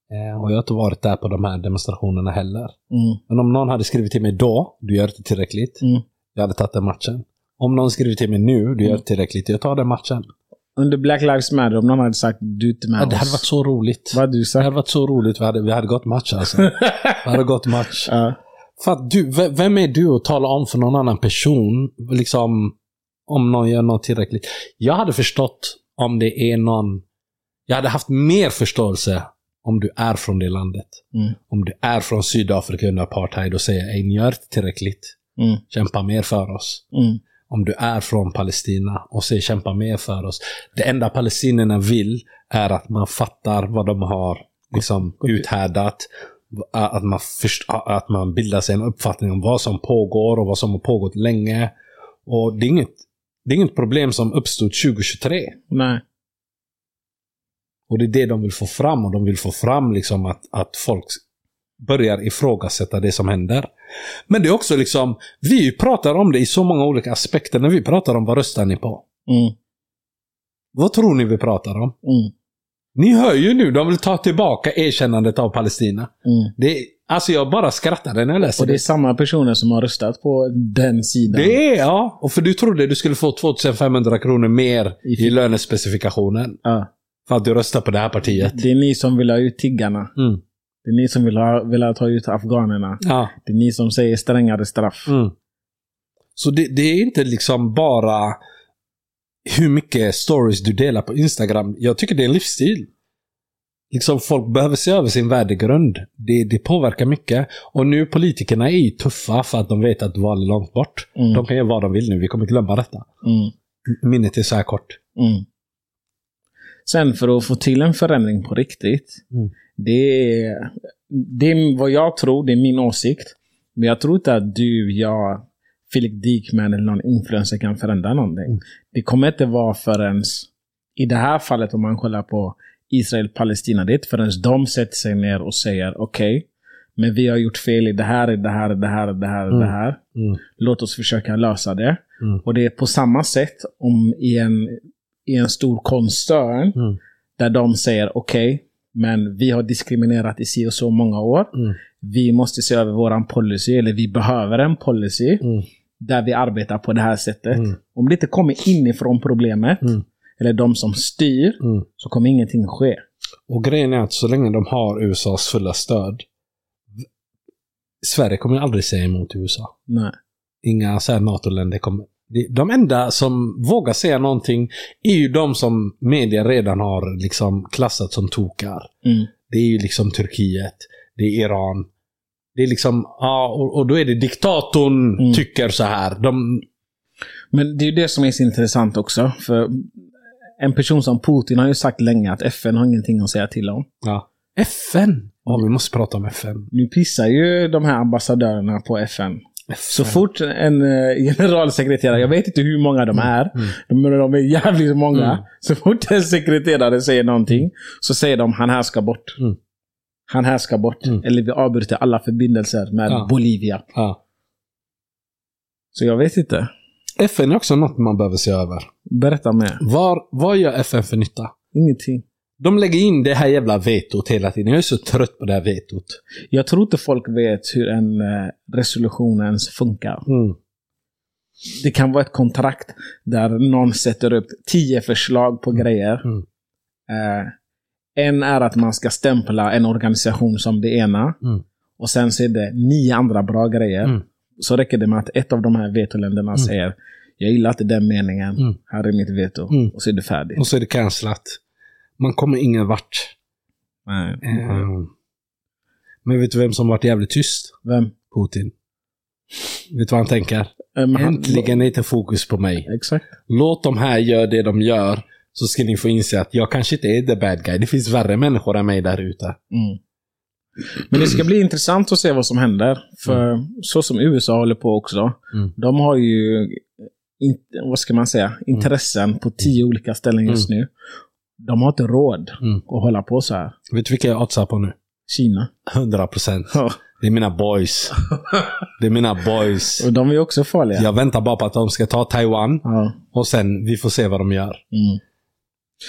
Eh, och jag har inte varit där på de här demonstrationerna heller. Mm. Men om någon hade skrivit till mig då, du gör inte tillräckligt, Mm. jag hade tagit den matchen. Om någon skriver till mig nu, du gör inte tillräckligt, jag tar den matchen. Under Black Lives Matter, om någon hade sagt du inte med Ja, oss. det hade varit så roligt. Vad du sagt? Det hade varit så roligt. Vi hade, vi hade gått match alltså. Vi hade gått match. Ja. För att du, v- vem är du att tala om för någon annan person liksom om någon gör något tillräckligt? Jag hade förstått om det är någon. Jag hade haft mer förståelse om du är från det landet. Mm. Om du är från Sydafrika under apartheid och säger ej, ni gör inte tillräckligt. Mm. Kämpa mer för oss. Mm. Om du är från Palestina och säger kämpa mer för oss. Det enda palestinierna vill är att man fattar vad de har liksom uthärdat. Att man, först, att man bildar sig en uppfattning om vad som pågår och vad som har pågått länge. Och det är inget, det är inget problem som uppstod tjugo tjugotre. Nej. Och det är det de vill få fram. Och de vill få fram liksom att, att folk börjar ifrågasätta det som händer. Men det är också liksom, vi pratar om det i så många olika aspekter när vi pratar om vad röstar ni på. Mm. Vad tror ni vi pratar om? Mm. Ni hör ju nu, de vill ta tillbaka erkännandet av Palestina. Mm. Det är, alltså jag bara skrattade när jag läste Och det är det. samma personer som har röstat på den sidan. Det är, ja. Och för du trodde du skulle få tvåtusenfemhundra kronor mer i, i lönespecifikationen. Ja. För att du röstar på det här partiet. Det är ni som vill ha ut tiggarna. Mm. Det är ni som vill ha, vill ha ta ut afghanerna. Ja. Det är ni som säger strängare straff. Mm. Så det, det är inte liksom bara hur mycket stories du delar på Instagram. Jag tycker det är en livsstil. Liksom folk behöver se över sin värdegrund. Det, det påverkar mycket. Och nu politikerna är ju tuffa för att de vet att val är långt bort. Mm. De kan göra vad de vill nu. Vi kommer glömma detta. Mm. Minnet är så här kort. Mm. Sen för att få till en förändring på riktigt. Mm. Det är, det är vad jag tror, det är min åsikt. Men jag tror inte att du, jag, Philip Dickman eller någon influencer kan förändra någonting. Mm. Det kommer inte vara förrän, i det här fallet om man kollar på Israel-Palestina, det är inte förrän de sätter sig ner och säger okej, okay, men vi har gjort fel i det här, i det här, i det här, i det här, i mm. det här. Mm. Låt oss försöka lösa det. Mm. Och det är på samma sätt om i en, i en stor koncern Mm. där de säger okej, okay, men vi har diskriminerat i si och så många år. Mm. Vi måste se över våran policy, eller vi behöver en policy Mm. där vi arbetar på det här sättet. Mm. Om det inte kommer inifrån problemet, Mm. eller de som styr, Mm. så kommer ingenting ske. Och grejen är att så länge de har U S A:s fulla stöd, Sverige kommer aldrig säga emot U S A. Nej. Inga så här NATO-länder kommer. De enda som vågar säga någonting är ju de som media redan har liksom klassat som tokar. Mm. Det är ju liksom Turkiet, det är Iran. Det är liksom, ja, och, och då är det diktatorn Mm. tycker så här. De... Men det är ju det som är så intressant också. För en person som Putin har ju sagt länge att F N har ingenting att säga till om. Ja. F N? Ja, vi måste prata om F N. Nu pissar ju de här ambassadörerna på F N. F N. Så fort en uh, generalsekreterare, jag vet inte hur många de är, mm. de, de är jävligt många. Mm. Så fort en sekreterare säger någonting så säger de han här ska bort. Mm. Han här ska bort. Mm. Eller vi avbryter alla förbindelser med ja. Bolivia. Ja. Så jag vet inte. F N är också något man behöver se över. Berätta mer. Var, vad gör F N för nytta? Ingenting. De lägger in det här jävla vetot hela tiden. Jag är så trött på det här vetot. Jag tror inte folk vet hur en uh, resolution ens funkar. Mm. Det kan vara ett kontrakt där någon sätter upp tio förslag på mm. grejer. Mm. Uh, en är att man ska stämpla en organisation som det ena. Mm. Och sen så är det nio andra bra grejer. Mm. Så räcker det med att ett av de här vetoländerna mm. säger jag gillar inte den meningen. Mm. Här är mitt veto. Mm. Och så är det färdigt. Och så är det cancelat. Man kommer ingen vart. Nej. Mm. Men vet du vem som varit jävligt tyst? Vem? Putin. Vet du vad han tänker? Um, Äntligen är inte fokus på mig. Exakt. Låt de här göra det de gör. Så ska ni få inse att jag kanske inte är the bad guy. Det finns värre människor än mig där ute. Mm. Men det ska bli intressant att se vad som händer. För mm. så som U S A håller på också. Mm. De har ju in, vad ska man säga, intressen mm. på tio olika ställen just mm. nu. De har inte råd mm. att hålla på så här. Vet du vilka jag oddar på nu? Kina. hundra procent. Ja. Det är mina boys. Det är mina boys. Och de är också farliga. Jag väntar bara på att de ska ta Taiwan. Ja. Och sen vi får se vad de gör. Mm.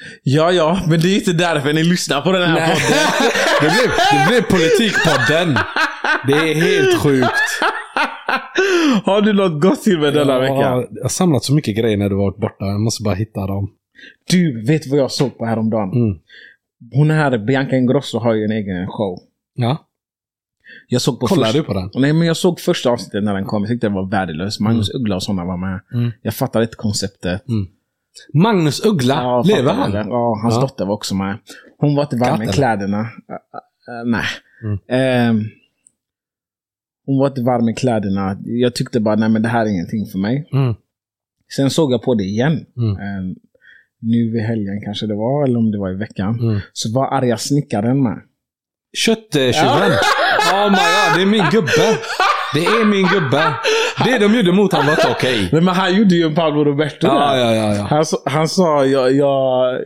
Ja, ja, men det är inte därför ni lyssnar på den här Nej. podden. det, blev, det blev politikpodden. Det är helt sjukt. Har du något gott till med denna ja, vecka? Jag har samlat så mycket grejer när du varit borta. Jag måste bara hitta dem. Du, vet vad jag såg på häromdagen? Mm. Hon här, Bianca Ingrosso, har ju en egen show. Ja. Jag såg på Kollar först... du på den? Nej, men jag såg första avsnittet när den kom. Jag tyckte det var värdelös. Magnus mm. Uggla och sådana var med. Mm. Jag fattar inte konceptet. Mm. Magnus Uggla? Ja, lever han? Det. Ja, hans ja. dotter var också med. Hon var inte varm med kläderna. Uh, uh, nej. Mm. Uh, hon var inte varm med kläderna. Jag tyckte bara, nej men det här är ingenting för mig. Mm. Sen såg jag på det igen. Mm. Uh, nu i helgen kanske det var, eller om det var i veckan. Mm. Så var arga snickaren med. Kötttjuven. Oh my god, det är min gubbe. Det är min gubbe. Det de gjorde mot honom var inte okej. Okay. Men han gjorde ju en Paolo Roberto. Ja, ja, ja, ja. Han, han sa, jag... jag...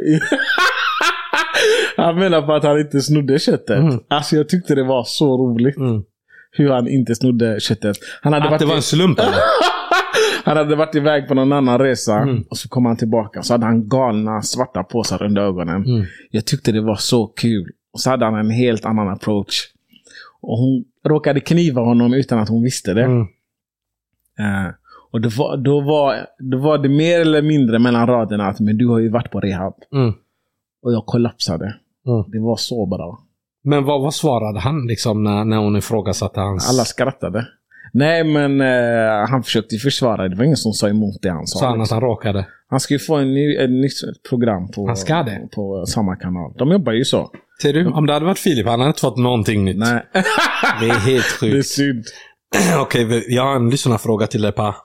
han menar på att han inte snodde köttet. Mm. Alltså jag tyckte det var så roligt. Mm. Hur han inte snodde köttet. Han hade att varit det var en slump eller? Han hade varit iväg på någon annan resa. Mm. Och så kom han tillbaka. Så hade han galna svarta påsar under ögonen. Mm. Jag tyckte det var så kul. Och så hade han en helt annan approach. Och hon råkade kniva honom utan att hon visste det. Mm. Uh, och då var, då, var, då var det mer eller mindre mellan raderna att men du har ju varit på rehab. Mm. Och jag kollapsade. Mm. Det var så bra. Men vad, vad svarade han liksom när, när hon ifrågasatte hans... Alla skrattade. Nej, men uh, han försökte försvara. Det var ingen som sa emot det han sa. Sa han liksom. Att han råkade? Han ska ju få en ny, ett nytt program på, han ska det. på samma kanal. De jobbar ju så. Ser du? Om det hade varit Filip, han hade inte fått någonting nytt. Nej. Det är helt sjukt. Det är synd. Okej, okay, jag har en lyssnarfråga till dig, Pa.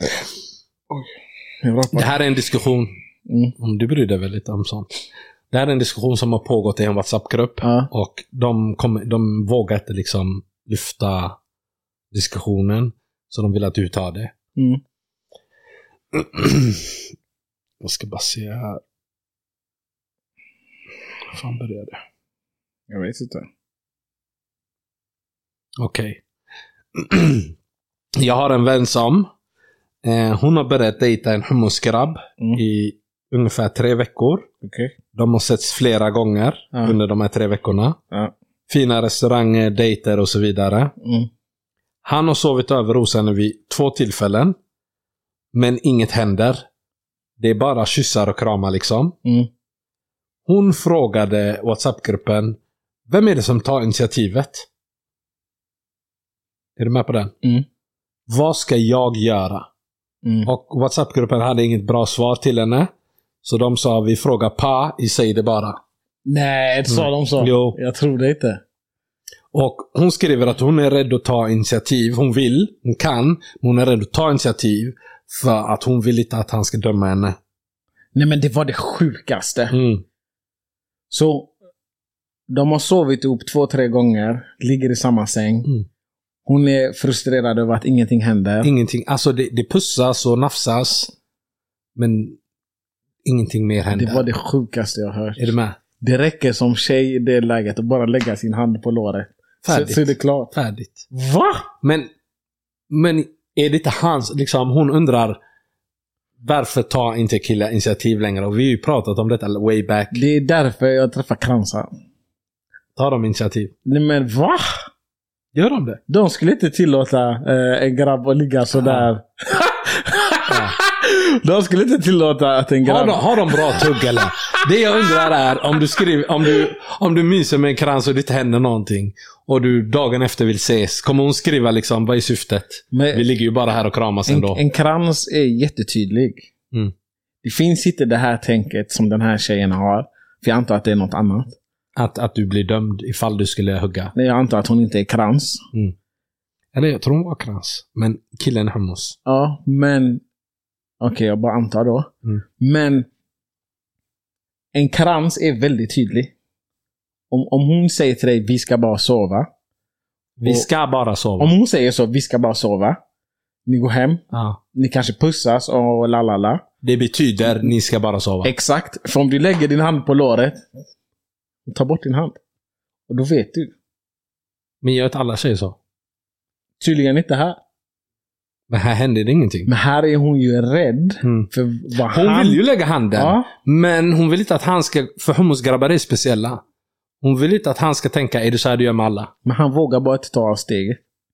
Det här är en diskussion. Mm. Om du bryr dig väldigt om sånt. Det här är en diskussion som har pågått i en WhatsApp-grupp. Ja. Och de, kom, de vågar inte liksom lyfta diskussionen. Så de vill att du tar det. Mm. Jag ska bara se här. Vad fan börjar det? Jag vet inte. Okej. Okay. Jag har en vän som eh, hon har börjat dejta en hummusgrabb mm. i ungefär tre veckor. Okay. De har setts flera gånger ja. under de här tre veckorna. Ja. Fina restauranger, dejter och så vidare. Mm. Han har sovit över hos henne vid två tillfällen. Men inget händer. Det är bara kyssar och kramar liksom. Mm. Hon frågade WhatsApp-gruppen, vem är det som tar initiativet? Är du med på den? Mm. Vad ska jag göra? Mm. Och WhatsApp-gruppen hade inget bra svar till henne. Så de sa, vi frågar Pa, i säg det bara. Nej, det sa mm. de så. Jo. Jag tror det inte. Och hon skriver att hon är rädd att ta initiativ. Hon vill, hon kan, men hon är rädd att ta initiativ. För att hon vill inte att han ska döma henne. Nej, men det var det sjukaste. Mm. Så de har sovit ihop två, tre gånger. Ligger i samma säng. Mm. Hon är frustrerad över att ingenting händer. Ingenting. Alltså det, det pussas och nafsas. Men ingenting mer händer. Det var det sjukaste jag hört. Är du med? Det räcker som tjej i det läget att bara lägga sin hand på låret. Färdigt. Så, så är det klart. Färdigt. Va? Men, men är det inte hans... Liksom, hon undrar varför tar inte killar initiativ längre? Och vi har ju pratat om detta way back. Det är därför jag träffar kransar. Tar de initiativ? Nej, men va? Gör de det? De skulle inte tillåta eh, en grabb att ligga sådär. Ja. De skulle inte tillåta att en grabb... Har de, har de bra tugg eller? Det jag undrar är om du skriver, om du, om du myser med en krans och det inte händer någonting och du dagen efter vill ses, kommer hon skriva liksom, vad är syftet? Men, vi ligger ju bara här och kramas en, ändå. En krans är jättetydlig. Mm. Det finns inte det här tänket som den här tjejen har. För jag antar att det är något annat. Att, att du blir dömd ifall du skulle hugga. Nej, jag antar att hon inte är krans. Mm. Eller jag tror hon var krans. Men killen är hummus. Ja, men... Okej, okay, jag bara antar då. Mm. Men... En krans är väldigt tydlig. Om, om hon säger till dig, vi ska bara sova. Vi ska bara sova. Om hon säger så, vi ska bara sova. Ni går hem. Ja. Ni kanske pussas och lalala. Det betyder, ni ska bara sova. Exakt. För om du lägger din hand på låret. Ta bort din hand. Och då vet du. Men gör inte alla tjejer så? Tydligen inte här. Men här händer det ingenting. Men här är hon ju rädd. Mm. För vad hon han... vill ju lägga handen. Ja. Men hon vill inte att han ska... För hummusgrabbar är speciella. Hon vill inte att han ska tänka, är det så här du gör med alla? Men han vågar bara inte ta av steget.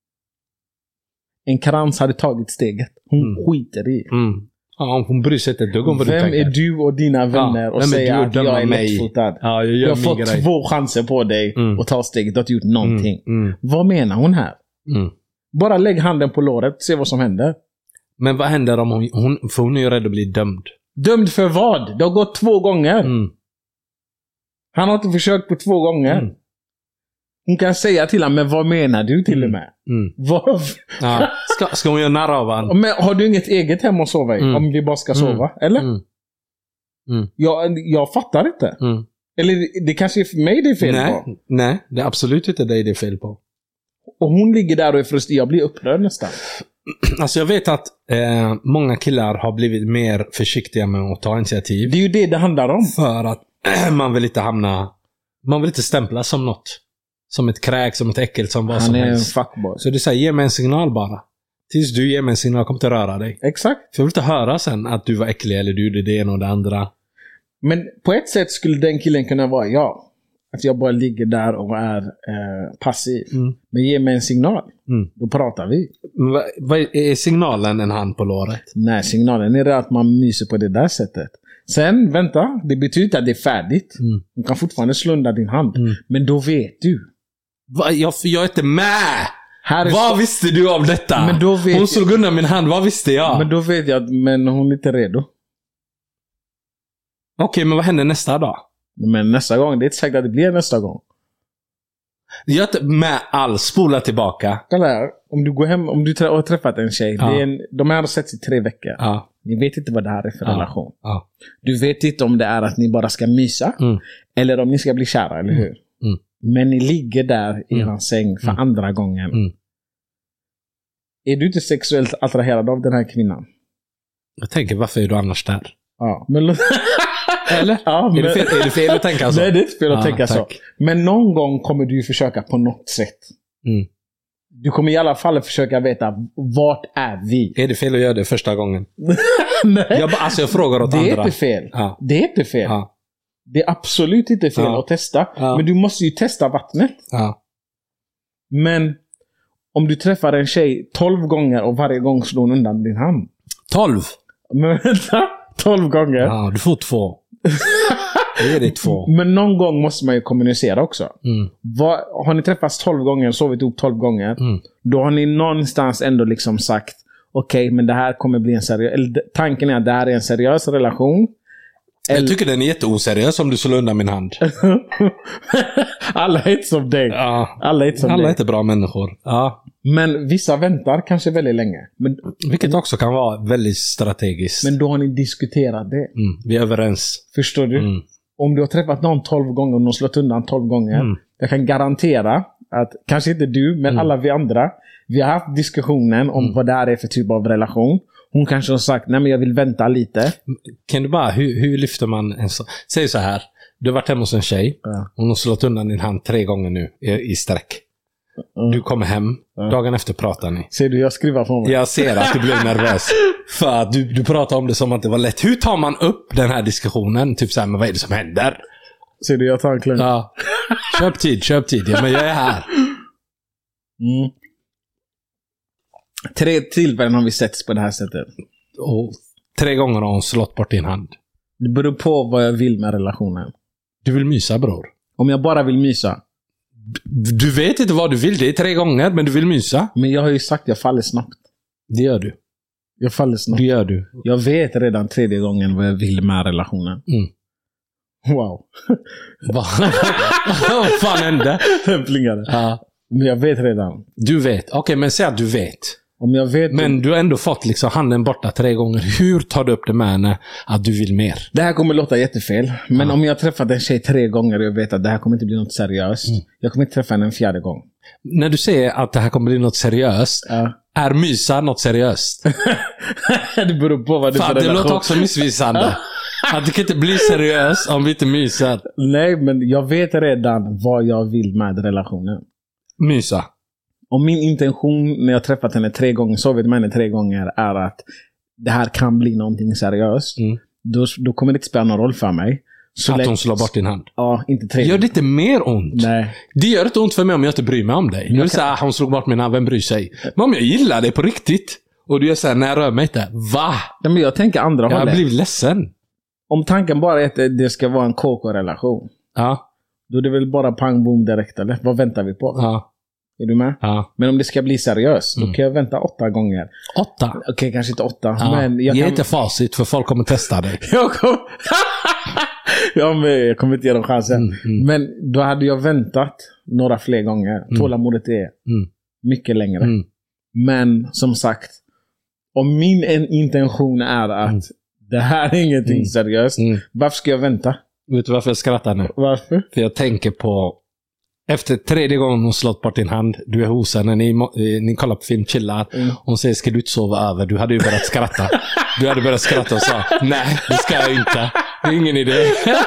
En Krantz hade tagit steget. Hon mm. skiter i. Mm. Ja, hon bryr sig inte ett dugg om vad du tänker. Vem är du och dina vänner ja, och säger att jag är lättfotad? Ja, jag, jag har fått grej. två chanser på dig mm. och ta steget. Du har inte gjort någonting. Mm. Mm. Vad menar hon här? Mm. Bara lägg handen på låret, se vad som händer. Men vad händer om hon... hon för hon är ju rädd att bli dömd. Dömd för vad? Det har gått två gånger. Mm. Han har inte försökt på två gånger. Mm. Hon kan säga till honom, men vad menar du till och med? Mm. Vad? Ja. Ska, ska hon göra narr av han? Men har du inget eget hem att sova i? Mm. Om vi bara ska sova? Mm. Eller? Mm. Mm. Jag, jag fattar inte. Mm. Eller det kanske är för mig det är fel nej, på. Nej, det är absolut inte dig det är fel på. Och hon ligger där och är frustrerad. Jag blir upprörd nästan. Alltså jag vet att eh, många killar har blivit mer försiktiga med att ta initiativ. Det är ju det det handlar om. För att man vill inte hamna... Man vill inte stämpla som något. Som ett kräk, som ett äckel, som vad Han som är helst. En fuckboy. Så du säger, ge mig en signal bara. Tills du ger mig en signal, jag kommer inte röra dig. Exakt. För jag vill inte höra sen att du var äcklig eller du gjorde det ena och det andra. Men på ett sätt skulle den killen kunna vara ja. Att jag bara ligger där och är eh, passiv. Mm. Men ge mig en signal. Mm. Då pratar vi. Vad va, är signalen en hand på låret? Nej, signalen är det att man myser på det där sättet. Sen, vänta. Det betyder inte att det är färdigt. Mm. Du kan fortfarande slunda din hand. Mm. Men då vet du. Va, jag, jag är inte med! Vad så... visste du om detta? Men då vet hon slog undan min hand, vad visste jag? Men då vet jag, men hon är inte redo. Okej, okay, men vad händer nästa dag? Men nästa gång, det är inte säkert att det blir nästa gång. Jag är inte med alls, spola tillbaka. Kolla här, om du går hem, om du har träffat en tjej, ja. det är en, de har sett i tre veckor. Ja. Ni vet inte vad det här är för ja. relation. Ja. Du vet inte om det är att ni bara ska mysa, mm. eller om ni ska bli kära, eller hur? Mm. Men ni ligger där i mm. hans säng för mm. andra gången. Mm. Är du inte sexuellt attraherad av den här kvinnan? Jag tänker, varför är du annars där? Ja, men... Eller? Ja, men... är, det fel, är det fel att tänka så? Nej, det är inte fel att ja, tänka tack. så. Men någon gång kommer du försöka på något sätt. Mm. Du kommer i alla fall försöka veta, vart är vi? Är det fel att göra det första gången? Nej. Jag, alltså jag frågar åt det andra. Det är inte fel. Ja. Det är inte fel. Ja. Det är absolut inte fel ja. att testa. Ja. Men du måste ju testa vattnet. Ja. Men om du träffar en tjej tolv gånger och varje gång slår hon undan din hand. Tolv? Men vänta, tolv gånger. Ja, du får två. Det är det två. Men någon gång måste man ju kommunicera också. Mm. Vad, har ni träffats tolv gånger och sovit ihop tolv gånger, mm. då har ni någonstans ändå liksom sagt okej, okay, men det här kommer bli en seriös... Eller tanken är att det här är en seriös relation. Jag eller... tycker den är jätteoseriös om du slår undan min hand. Alla är inte som dig. Ja. Alla är inte som Alla dig. är inte bra människor. Ja. Men vissa väntar kanske väldigt länge. Men... Vilket också kan vara väldigt strategiskt. Men då har ni diskuterat det. Mm. Vi är överens. Förstår du? Mm. Om du har träffat någon tolv gånger och någon slått undan tolv gånger. Mm. Jag kan garantera att, kanske inte du, men mm. alla vi andra, vi har haft diskussionen om mm. vad det här är för typ av relation. Hon kanske har sagt, nej men jag vill vänta lite. Kan du bara, hur, hur lyfter man en så... Säg så här, du har varit hemma hos en tjej. Ja. Hon har slått undan din hand tre gånger nu i, i sträck. Mm. Du kommer hem, mm. dagen efter pratar ni. Ser du, jag skriver på mig. Jag ser att du blir nervös. För att du, du pratar om det som att det var lätt. Hur tar man upp den här diskussionen? Typ så här, men vad är det som händer? Ser du, jag tar en klunk. Ja. Köp tid, köp tid. Ja, men jag är här. Mm. Tre tillfällen har vi setts på det här sättet. Och tre gånger har hon slått bort din hand. Det beror på vad jag vill med relationen. Du vill mysa, bror. Om jag bara vill mysa. Du vet inte vad du vill. Det är tre gånger, men du vill mysa. Men jag har ju sagt att jag faller snabbt. Det gör du. Jag faller snabbt. Det gör du. Jag vet redan tredje gången vad jag vill med relationen. Mm. Wow. Vad fan hände? Den plingade. Ja. Men jag vet redan. Du vet. Okej, okay, men säg att du vet. Om jag vet. Men du har ändå fått liksom handen borta tre gånger. Hur tar du upp det med henne att du vill mer? Det här kommer låta jättefel. Men ja. om jag träffat en tjej tre gånger och jag vet att det här kommer inte bli något seriöst. Mm. Jag kommer inte träffa henne en fjärde gång. När du säger att det här kommer bli något seriöst. Ja. Är mysa något seriöst? Det beror på vad det är för relation. Det låter också missvisande. Att det kan inte bli seriöst om vi inte myser. Nej, men jag vet redan vad jag vill med relationen. Mysa. Om min intention när jag träffat henne tre gånger, sovit med henne tre gånger, är att det här kan bli någonting seriöst. Mm. Då, då kommer det inte spela någon roll för mig. Så att hon slår bort din hand. Ja, inte tre. Gör det inte mer ont? Nej. Det gör inte ont för mig om jag inte bryr mig om dig. Nu kan... säger hon slog bort min hand, vem bryr sig? Men om jag gillar dig på riktigt och du gör så här, när jag rör mig inte. Va? Nej, men jag tänker andra hållet. Jag har blivit ledsen. Om tanken bara är att det ska vara en K K-relation. Ja. Då är det väl bara pang boom direkt, eller? Vad väntar vi på? Ja. Är du med? Ja. Men om det ska bli seriöst, mm. då kan jag vänta åtta gånger. Åtta? Okej, okay, kanske inte åtta. Ja. Men jag Ge kan... inte facit, för folk kommer testa dig. jag, kom... ja, men jag kommer inte ge dem chansen. Mm, mm. Men då hade jag väntat några fler gånger. Mm. Tålamodet är mm. mycket längre. Mm. Men som sagt, om min intention är att mm. det här är ingenting mm. seriöst, mm. varför ska jag vänta? Vet du varför jag skrattar nu? Varför? För jag tänker på efter tredje gången hon slått bort din hand, du är hos henne, ni, ni kollar på film, chillar, mm. hon säger, ska du inte sova över? Du hade ju börjat skratta. Du hade börjat skratta och sa, nej, det ska jag inte. Det är ingen idé.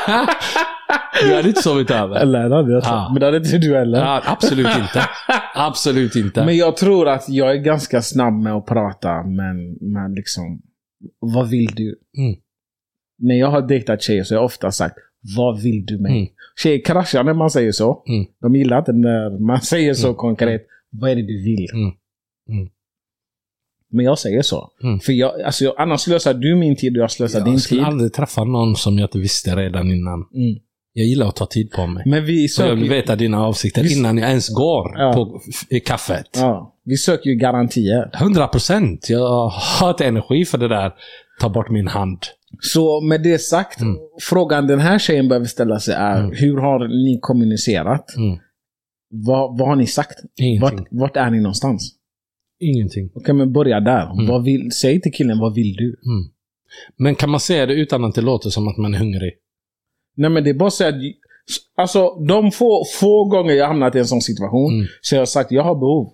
Du hade inte sovit över. Eller, det hade jag ja. Men det hade inte du heller. Ja, absolut inte. Absolut inte. Men jag tror att jag är ganska snabb med att prata, men, men liksom, vad vill du? Mm. När jag har dejtat tjejer så har jag ofta sagt, vad vill du mig? Mm. Tjejer kraschar när man säger så. Mm. De gillar inte när man säger så mm. konkret. Vad är det du vill? Mm. Mm. Men jag säger så. Mm. För jag, alltså jag, annars slösar du min tid och jag slösar jag din tid. Jag skulle aldrig träffa någon som jag inte visste redan innan. Mm. Jag gillar att ta tid på mig. Men vi söker, jag vill veta dina avsikter vi, innan jag ens går ja. på i kaffet. Ja. Vi söker ju garantier. hundra procent. Jag har inte energi för det där. Ta bort min hand. Så med det sagt, mm. frågan den här tjejen behöver ställa sig är, mm. hur har ni kommunicerat? Mm. Vad, vad har ni sagt? Vart, vart är ni någonstans? Ingenting. Okej, okay, men börja där. Mm. Vad vill, säg till killen, vad vill du? Mm. Men kan man säga det utan att det låter som att man är hungrig? Nej, men det är bara så att alltså, de få, få gånger jag hamnat i en sån situation mm. så jag har sagt, jag har behov.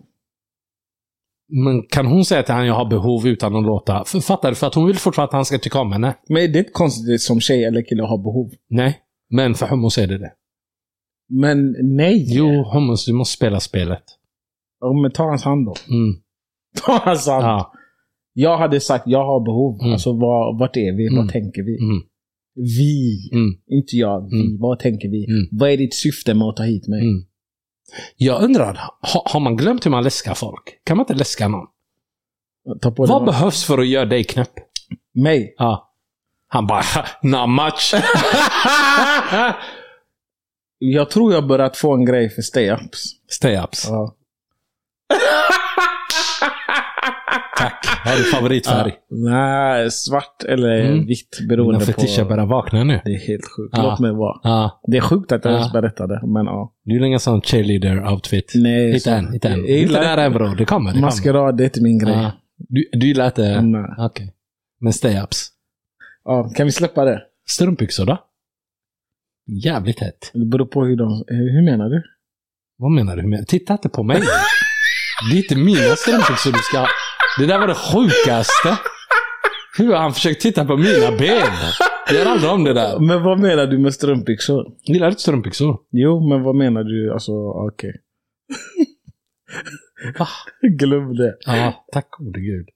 Men kan hon säga till han, jag har behov utan att låta? För, fattar du? För att hon vill fortfarande att han ska tycka om henne. Men det är inte konstigt som tjej eller kille har behov. Nej, men för homos är det det. Men nej. Jo, homos, du måste spela spelet. Ja, men ta hans hand då. Mm. Ta hans hand. Ja. Jag hade sagt, jag har behov. Mm. Alltså, var, vart är vi? Mm. Vad tänker vi? Mm. Vi. Mm. Inte jag. Vi. Mm. Vad tänker vi? Mm. Vad är ditt syfte med att ta hit mig? Mm. Jag undrar, har, har man glömt hur man läskar folk? Kan man inte läska någon? Vad det, behövs för att göra dig knäpp? Mig? Ja. Han bara, not much. Jag tror jag börjat få en grej för stay-ups. Stay-ups? Ja. Tack. Har du favoritfärg? Ja. Nej, svart eller mm. vitt beroende på... Mina fetischer börjar vakna nu. Det är helt sjukt. Ja. Låt mig vara. Ja. Det är sjukt att jag ja. ens berättade, men ja. Du är ingen sån cheerleader-outfit. Nej. Hitta en, hitta en. Inte där är bra, det kommer. Det maskerad, det är inte min grej. Ja. Du, du gillar att det... Nej. Okej. Okay. Men stay-ups? Ja, kan vi släppa det? Strumpbyxor då? Jävligt hett. Det beror på hur de... Hur menar du? Vad menar du? Titta inte på mig. Det är inte mina strumpbyxor du ska... Det där var det sjukaste. Hur har han försökt titta på mina ben? Jag gör aldrig om det där. Men vad menar du med strumpbyxor? Gillar du inte strumpbyxor? Jo, men vad menar du? Alltså, okej. Okay. Va? Glöm det. Ja, tack gode gud.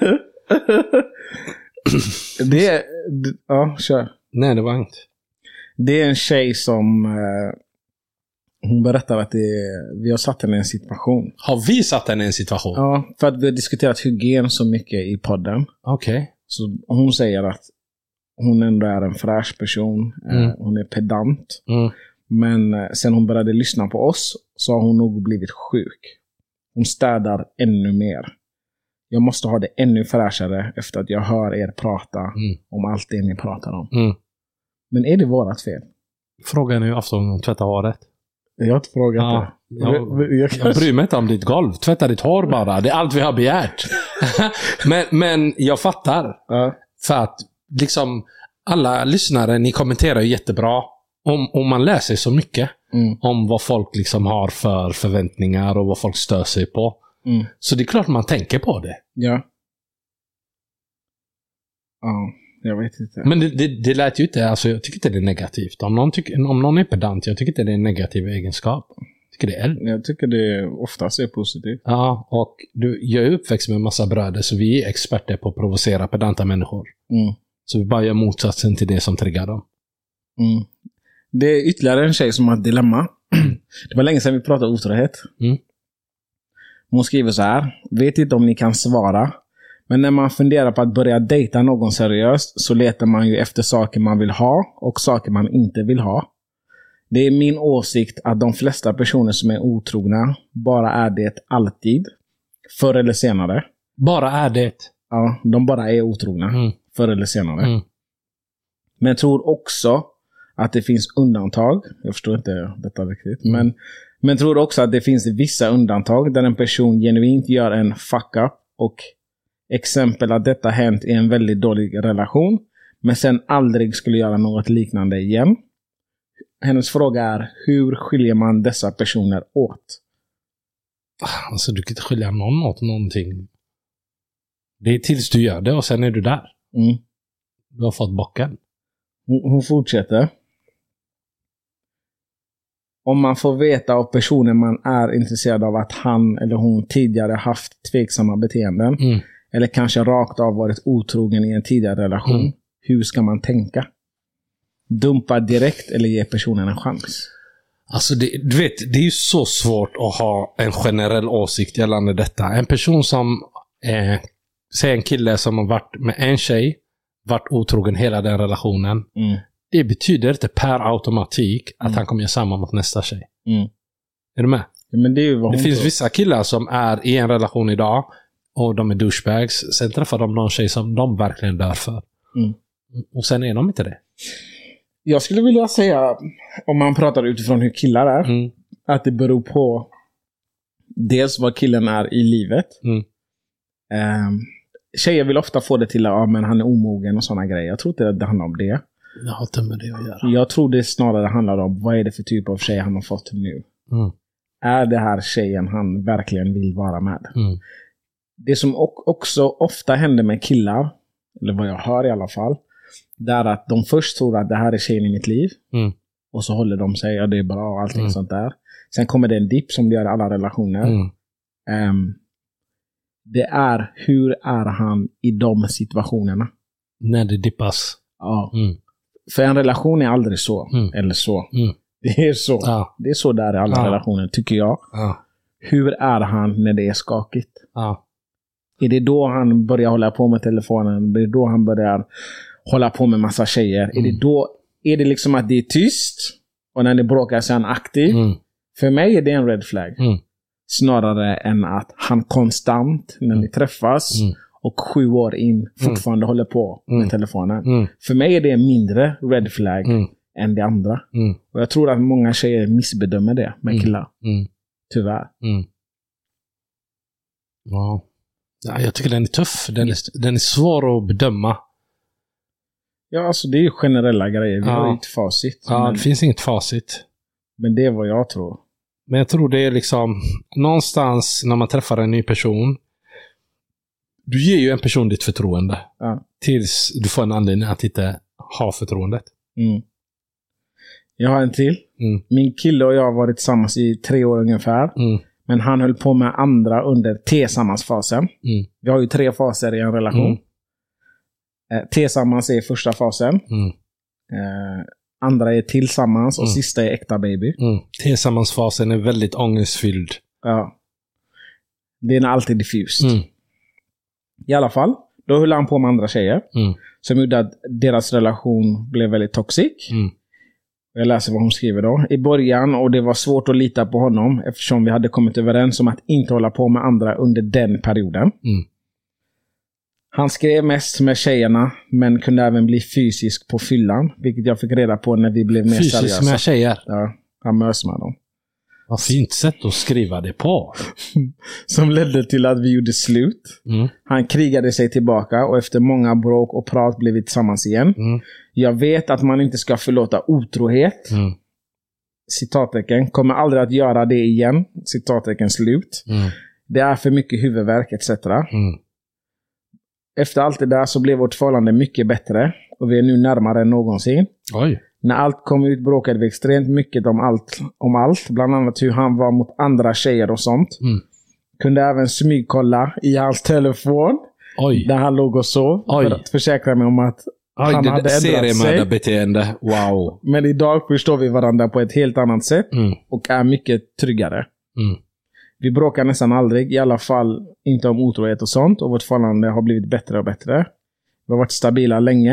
Det är... Ja, kör. Nej, det var inte. Det är en tjej som... Eh, hon berättar att det, vi har satt henne i en situation. Har vi satt henne i en situation? Ja, för att vi har diskuterat hygien så mycket i podden. Okej. Okay. Så hon säger att hon ändå är en fräsch person. Mm. Hon är pedant. Mm. Men sen hon började lyssna på oss så har hon nog blivit sjuk. Hon städar ännu mer. Jag måste ha det ännu fräschare efter att jag hör er prata mm. om allt det ni pratar om. Mm. Men är det vårat fel? Frågan är ju ofta om hon tvättar håret. Jag har inte frågat ja, det. Jag, jag, jag bryr mig inte om ditt golv. Tvätta ditt hår bara. Det är allt vi har begärt. men, men jag fattar. Ja. För att liksom alla lyssnare, ni kommenterar ju jättebra. Om, om man läser så mycket mm. om vad folk liksom har för förväntningar och vad folk stör sig på. Mm. Så det är klart man tänker på det. Ja. Ja. Jag vet inte. Men det, det, det lät ju inte, alltså jag tycker inte det är negativt. Om någon, tycker, om någon är pedant, jag tycker inte det är en negativ egenskap. Jag tycker det är. Jag tycker det oftast är positivt. Ja, och du, jag är uppväxt med en massa bröder, så vi är experter på att provocera pedanta människor. Mm. Så vi bara gör motsatsen till det som triggar dem. Mm. Det är ytterligare en tjej som har ett dilemma. Det var länge sedan vi pratade otrohet. Mm. Hon skriver så här: vet inte om ni kan svara, men när man funderar på att börja dejta någon seriöst så letar man ju efter saker man vill ha och saker man inte vill ha. Det är min åsikt att de flesta personer som är otrogna bara är det alltid, förr eller senare. Bara är det? Ja, de bara är otrogna, mm. förr eller senare. Mm. Men jag tror också att det finns undantag. Jag förstår inte detta riktigt. Mm. Men, men tror också att det finns vissa undantag där en person genuint gör en fuck up. Och exempel att detta hänt i en väldigt dålig relation, men sen aldrig skulle göra något liknande igen. Hennes fråga är: hur skiljer man dessa personer åt? Alltså du kan inte skilja någon åt någonting. Det är tills du gör det och sen är du där. Mm. Du har fått bocken. Hon, hon fortsätter. Om man får veta av personen man är intresserad av att han eller hon tidigare haft tveksamma beteenden. Mm. Eller kanske rakt av varit otrogen i en tidigare relation. Mm. Hur ska man tänka? Dumpa direkt eller ge personen en chans? Alltså det, du vet, det är ju så svårt att ha en generell åsikt gällande detta. En person som, eh, säg en kille som har varit med en tjej, varit otrogen hela den relationen. Mm. Det betyder inte per automatik att mm. han kommer göra samma mot nästa tjej. Mm. Är du med? Ja, men det är ju vad det hon finns tror. Vissa killar som är i en relation idag och de är douchebags. Sen träffar de någon tjej som de verkligen dör för. Mm. Och sen är de inte det. Jag skulle vilja säga, om man pratar utifrån hur killar är, mm. att det beror på dels vad killen är i livet. Mm. Um, tjejer vill ofta få det till att ah, men han är omogen och sådana grejer. Jag tror inte att det handlar om det. Jag har inte med det att göra. Jag tror det snarare handlar om vad är det för typ av tjej han har fått nu. Mm. Är det här tjejen han verkligen vill vara med? Mm. Det som också ofta händer med killar, eller vad jag hör i alla fall, det är att de först tror att det här är tjejen i mitt liv. Mm. Och så håller de sig, ja det är bra och allting mm. sånt där. Sen kommer det en dipp som det gör i alla relationer. Mm. Um, det är, hur är han i de situationerna? När det dippas. Ja. Mm. För en relation är aldrig så. Mm. Eller så. Mm. Det är så. Ja. Det är så där i alla ja. relationer, tycker jag. Ja. Hur är han när det är skakigt? Ja. Är det då han börjar hålla på med telefonen? Är det då han börjar hålla på med massa tjejer? Mm. Är det då, är det liksom att det är tyst? Och när det bråkar så är han aktiv? Mm. För mig är det en red flag. Mm. Snarare än att han konstant, när mm. ni träffas mm. och sju år in fortfarande mm. håller på med mm. telefonen. Mm. För mig är det en mindre red flag mm. än det andra. Mm. Och jag tror att många tjejer missbedömer det med mm. killar. Mm. Tyvärr. Mm. Ja. Ja, jag tycker den är tuff. Den är, den är svår att bedöma. Ja, alltså det är ju generella grejer. Vi ja. har ju ett facit. Ja, men, det finns inget facit. Men det är vad jag tror. Men jag tror det är liksom någonstans när man träffar en ny person. Du ger ju en person ditt förtroende. Ja. Tills du får en anledning att inte ha förtroendet. Mm. Jag har en till. Mm. Min kille och jag har varit tillsammans i tre år ungefär. Mm. Men han höll på med andra under tillsammansfasen. Mm. Vi har ju tre faser i en relation. Mm. Eh, tillsammans är första fasen. Mm. Eh, andra är tillsammans och mm. sista är äkta baby. Mm. Tillsammansfasen är väldigt ångestfylld. Ja. Den är alltid diffust. Mm. I alla fall, då höll han på med andra tjejer. Mm. Som gjorde att deras relation blev väldigt toxic. Mm. Jag läser vad hon skriver då. I början, och det var svårt att lita på honom eftersom vi hade kommit överens om att inte hålla på med andra under den perioden. Mm. Han skrev mest med tjejerna, men kunde även bli fysisk på fyllan, vilket jag fick reda på när vi blev mer fysisk seriösa. Fysisk med tjejer? Ja, han mös med dem. Vad fint sätt att skriva det på. Som ledde till att vi gjorde slut. Mm. Han krigade sig tillbaka och efter många bråk och prat blev vi tillsammans igen. Mm. Jag vet att man inte ska förlåta otrohet. Mm. Citattecken. Kommer aldrig att göra det igen. Citattecken slut. Mm. Det är för mycket huvudvärk et cetera. Mm. Efter allt det där så blev vårt förhållande mycket bättre. Och vi är nu närmare än någonsin. Oj. När allt kom ut bråkade vi extremt mycket om allt, om allt. Bland annat hur han var mot andra tjejer och sånt. Mm. Kunde även smygkolla i hans telefon. Oj. Där han låg och sov. Oj. För att försäkra mig om att Oj, han det hade ändrat sig. beteende. Wow. Men idag förstår vi varandra på ett helt annat sätt. Mm. Och är mycket tryggare. Mm. Vi bråkar nästan aldrig. I alla fall inte om otrohet och sånt. Och vårt förhållande har blivit bättre och bättre. Vi har varit stabila länge.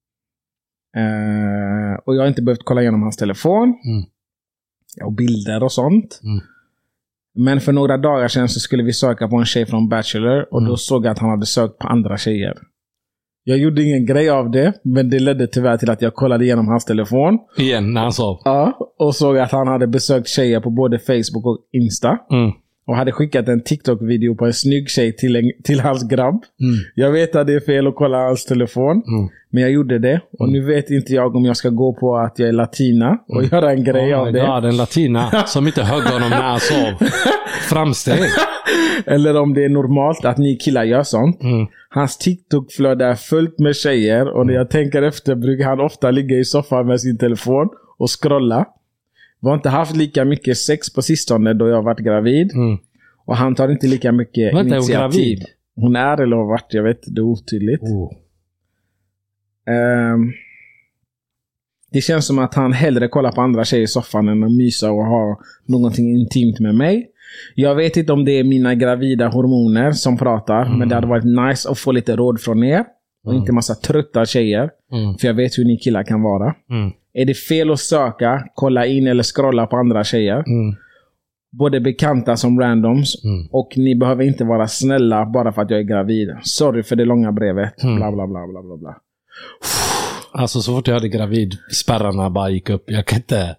Uh, och jag har inte behövt kolla igenom hans telefon. Mm. Och bilder och sånt. Mm. Men för några dagar sedan så skulle vi söka på en tjej från Bachelor. Och Mm. då såg jag att han hade sökt på andra tjejer. Jag gjorde ingen grej av det. Men det ledde tyvärr till att jag kollade igenom hans telefon. Igen när han sov. Ja, och såg att han hade besökt tjejer på både Facebook och Insta. Mm. Och hade skickat en TikTok-video på en snygg tjej till, en, till hans grabb. Mm. Jag vet att det är fel att kolla hans telefon. Mm. Men jag gjorde det. Och nu vet inte jag om jag ska gå på att jag är latina. Och Mm. göra en grej oh av det. God, en latina som inte högg honom när han sov. Framsteg. Eller om det är normalt att ni killar gör sånt. Mm. Hans TikTok-flöde är fullt med tjejer. Och när jag tänker efter brukar han ofta ligga i soffan med sin telefon och scrolla. Vi har inte haft lika mycket sex på sistone då jag har varit gravid. Mm. Och han tar inte lika mycket Vänta, initiativ. är hon gravid? Hon är eller har varit, jag vet, det är otydligt. Oh. Um, det känns som att han hellre kollar på andra tjejer i soffan än att mysa och ha någonting intimt med mig. Jag vet inte om det är mina gravida hormoner som pratar. Mm. Men det hade varit nice att få lite råd från er. Och Mm. inte massa trötta tjejer. Mm. För jag vet hur ni killar kan vara. Mm. Är det fel att söka, kolla in eller scrolla på andra tjejer? Mm. Både bekanta som randoms. Mm. Och ni behöver inte vara snälla bara för att jag är gravid. Sorry för det långa brevet. Mm. Bla bla bla bla bla bla. Alltså så fort jag hade gravid, spärrarna bara gick upp. Jag kan inte...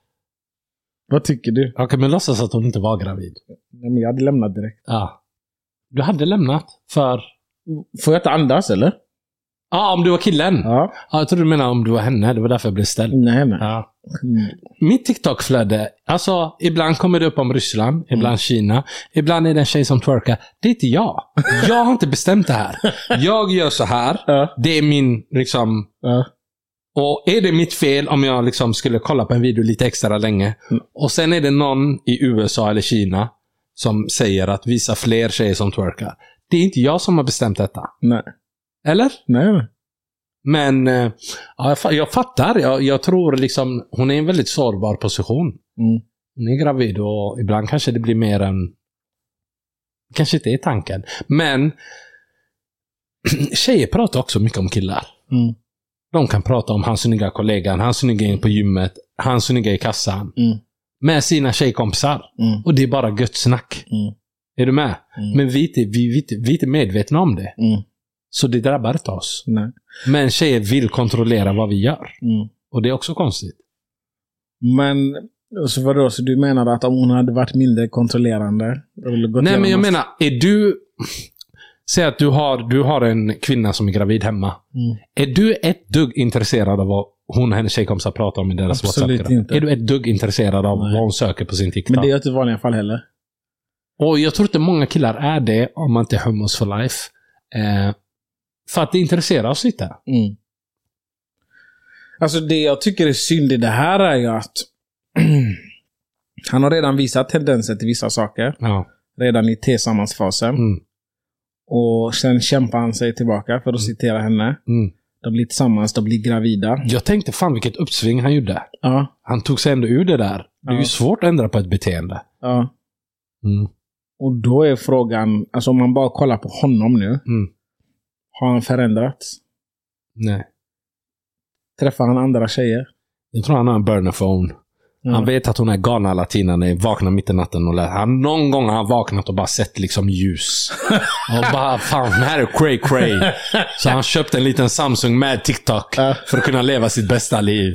Vad tycker du? Jag kan men låtsas att hon inte var gravid. Ja, men jag hade lämnat direkt. Ja. Du hade lämnat för... Får jag inte andas eller? Ja, ah, om du var killen. Ja. Ja, jag tror du menar om du var henne. Det var därför jag blev ställd. Nej men. Ja. Mm. Mitt TikTok-flöde, alltså ibland kommer det upp om Ryssland, ibland mm. Kina, ibland är det en tjej som twerkar. Det är inte jag. Jag har inte bestämt det här. Jag gör så här. Ja. Det är min, liksom... Ja. Och är det mitt fel om jag liksom skulle kolla på en video lite extra länge Mm. och sen är det någon i U S A eller Kina som säger att visa fler tjejer som twerkar. Det är inte jag som har bestämt detta. Nej. Eller? Nej men. Men eh, ja, jag, jag fattar. Jag, jag tror liksom hon är i en väldigt sårbar position. Mm. Hon är gravid och ibland kanske det blir mer än... Kanske inte är tanken. Men tjejer pratar också mycket om killar. Mm. De kan prata om hans snygga kollegan, hans snygga in på gymmet, hans snygga i kassan. Mm. Med sina tjejkompisar. Mm. Och det är bara gött snack. Mm. Är du med? Mm. Men vi är, inte, vi, vi, vi är inte medvetna om det. Mm. Så det drabbar inte oss. Nej. Men tjejer vill kontrollera vad vi gör. Mm. Och det är också konstigt. Men så vadå, så du menar att om hon hade varit mindre kontrollerande? Nej men jag oss... menar, är du... Säg att du har, du har en kvinna som är gravid hemma. Mm. Är du ett dugg intresserad av vad hon och hennes tjejkompisar pratar om i deras WhatsApp? Inte. Är du ett dugg intresserad av Nej. vad hon söker på sin TikTok? Men det är inte i vanliga fall heller. Och jag tror inte många killar är det om man inte är homos for life. Eh, för att det intresserar oss lite. Mm. Alltså det jag tycker är synd i det här är ju att han har redan visat tendenser till vissa saker. Ja. Redan i tillsammansfasen. Mm. Och sen kämpar han sig tillbaka för att mm. citera henne. Mm. De blir tillsammans, de blir gravida. Jag tänkte fan vilket uppsving han gjorde. Ja. Han tog sig ändå ur det där. Det är ja. ju svårt att ändra på ett beteende. Ja. Mm. Och då är frågan, alltså om man bara kollar på honom nu. Mm. Har han förändrats? Nej. Träffar han andra tjejer? Jag tror han har en burner phone. Mm. Han vet att hon är galna latina när han vaknar mitt i natten och lär. Han, någon gång har han vaknat och bara sett liksom ljus. Och bara, fan, det här är cray cray. Så han köpte en liten Samsung med TikTok för att kunna leva sitt bästa liv.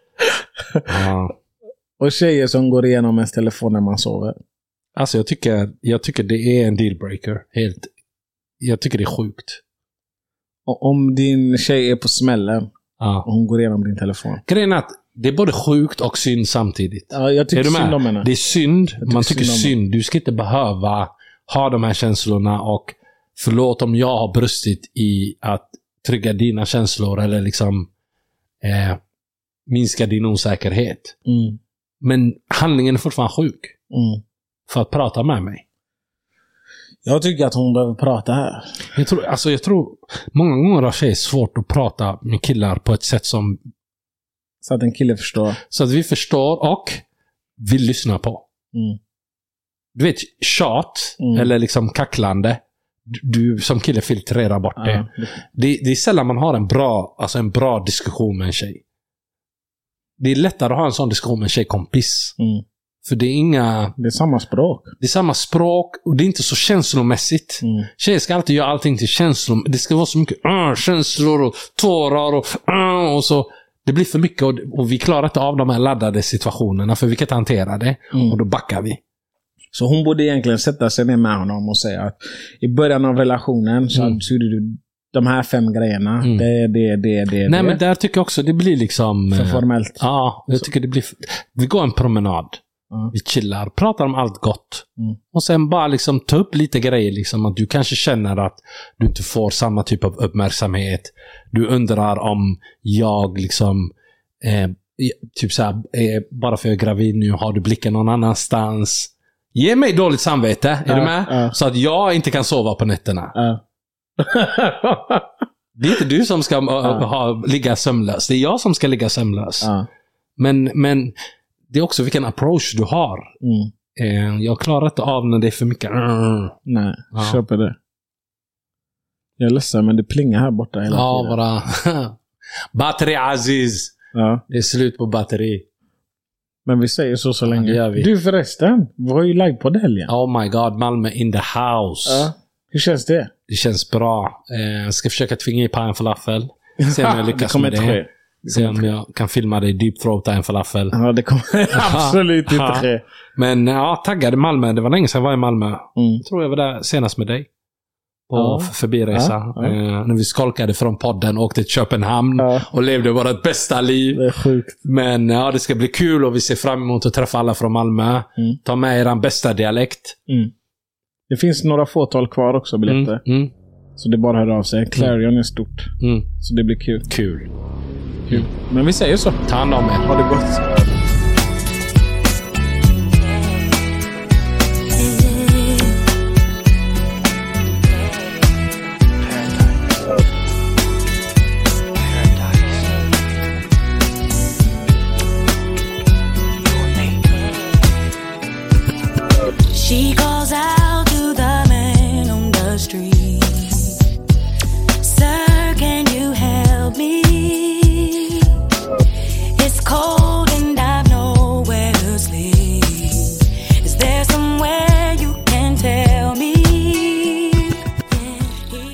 Ja. Och tjejer som går igenom ens telefon när man sover. Alltså jag tycker, jag tycker det är en dealbreaker. Helt, jag tycker det är sjukt. Och om din tjej är på smällen ja. och hon går igenom din telefon. Grejen är att det är både sjukt och synd samtidigt. Ja, jag tycker synd om henne. Det är synd. Tycker man tycker synd, synd. Du ska inte behöva ha de här känslorna och förlåt om jag har brustit i att trygga dina känslor eller liksom eh, minska din osäkerhet. Mm. Men handlingen är fortfarande sjuk. Mm. För att prata med mig. Jag tycker att hon behöver prata här. Jag tror, alltså jag tror många gånger har tjejer svårt att prata med killar på ett sätt som... Så att en kille förstår. Så att vi förstår och vill lyssna på. Mm. Du vet, tjat mm. eller liksom kacklande. Du som kille filtrerar bort ja. det. det. Det är sällan man har en bra, alltså en bra diskussion med en tjej. Det är lättare att ha en sån diskussion med en tjejkompis. Mm. För det är inga... Det är samma språk. Det är samma språk och det är inte så känslomässigt. Mm. Tjejer ska alltid göra allting till känslor. Det ska vara så mycket uh, känslor och tårar och, uh, och så. Det blir för mycket och, och vi klarar inte av de här laddade situationerna för vi kan inte hantera det. Mm. Och då backar vi. Så hon borde egentligen sätta sig ner med honom och säga att i början av relationen så mm. gjorde du de här fem grejerna. Mm. Det, det, det, det, Nej, det. men där tycker jag också det blir liksom... För formellt. Ja, jag tycker det blir... Vi går en promenad. Mm. Vi chillar, pratar om allt gott. Mm. Och sen bara liksom ta upp lite grejer. Liksom, att du kanske känner att du inte får samma typ av uppmärksamhet. Du undrar om jag liksom... Eh, typ såhär, eh, bara för jag är gravid nu, har du blicken någon annanstans? Ge mig dåligt samvete, är uh, du med? Uh. Så att jag inte kan sova på nätterna. Uh. Det är inte du som ska uh, ha, ligga sömnlös. Det är jag som ska ligga sömnlös. Uh. Men, men det är också vilken approach du har. Mm. Eh, jag klarar inte av när det är för mycket. Uh. Nej, ja. köper det. Jag är ledsen, men det plingar här borta hela ja, tiden. Bara batteri Aziz. Ja. Det är slut på batteri. Men vi säger så så länge. Ja, vi. Du förresten, vi var ju live på helgen. Oh my god, Malmö in the house. Ja. Hur känns det? Det känns bra. Jag eh, ska försöka tvinga i på en falafel. Se om jag lyckas det med det. Ske. Se om jag kan filma dig deep throata en falafel. Ja, det kommer absolut inte ske. Men ja, taggade Malmö. Det var länge sedan jag var i Malmö. Mm. Jag tror jag var där senast med dig. På ja. förbiresa. Ja, ja. Eh, när vi skolkade från podden och åkte till Köpenhamn. Ja. Och levde vårt bästa liv. Det är sjukt. Men ja, det ska bli kul och vi ser fram emot att träffa alla från Malmö. Mm. Ta med er bästa dialekt. Mm. Det finns några fåtal kvar också, biljetter. Mm. Mm. Så det är bara att höra av sig. Clarion är stort. Mm. Så det blir kul. Kul. Kul. Men vi säger så. Ta hand om er. Ha det gott.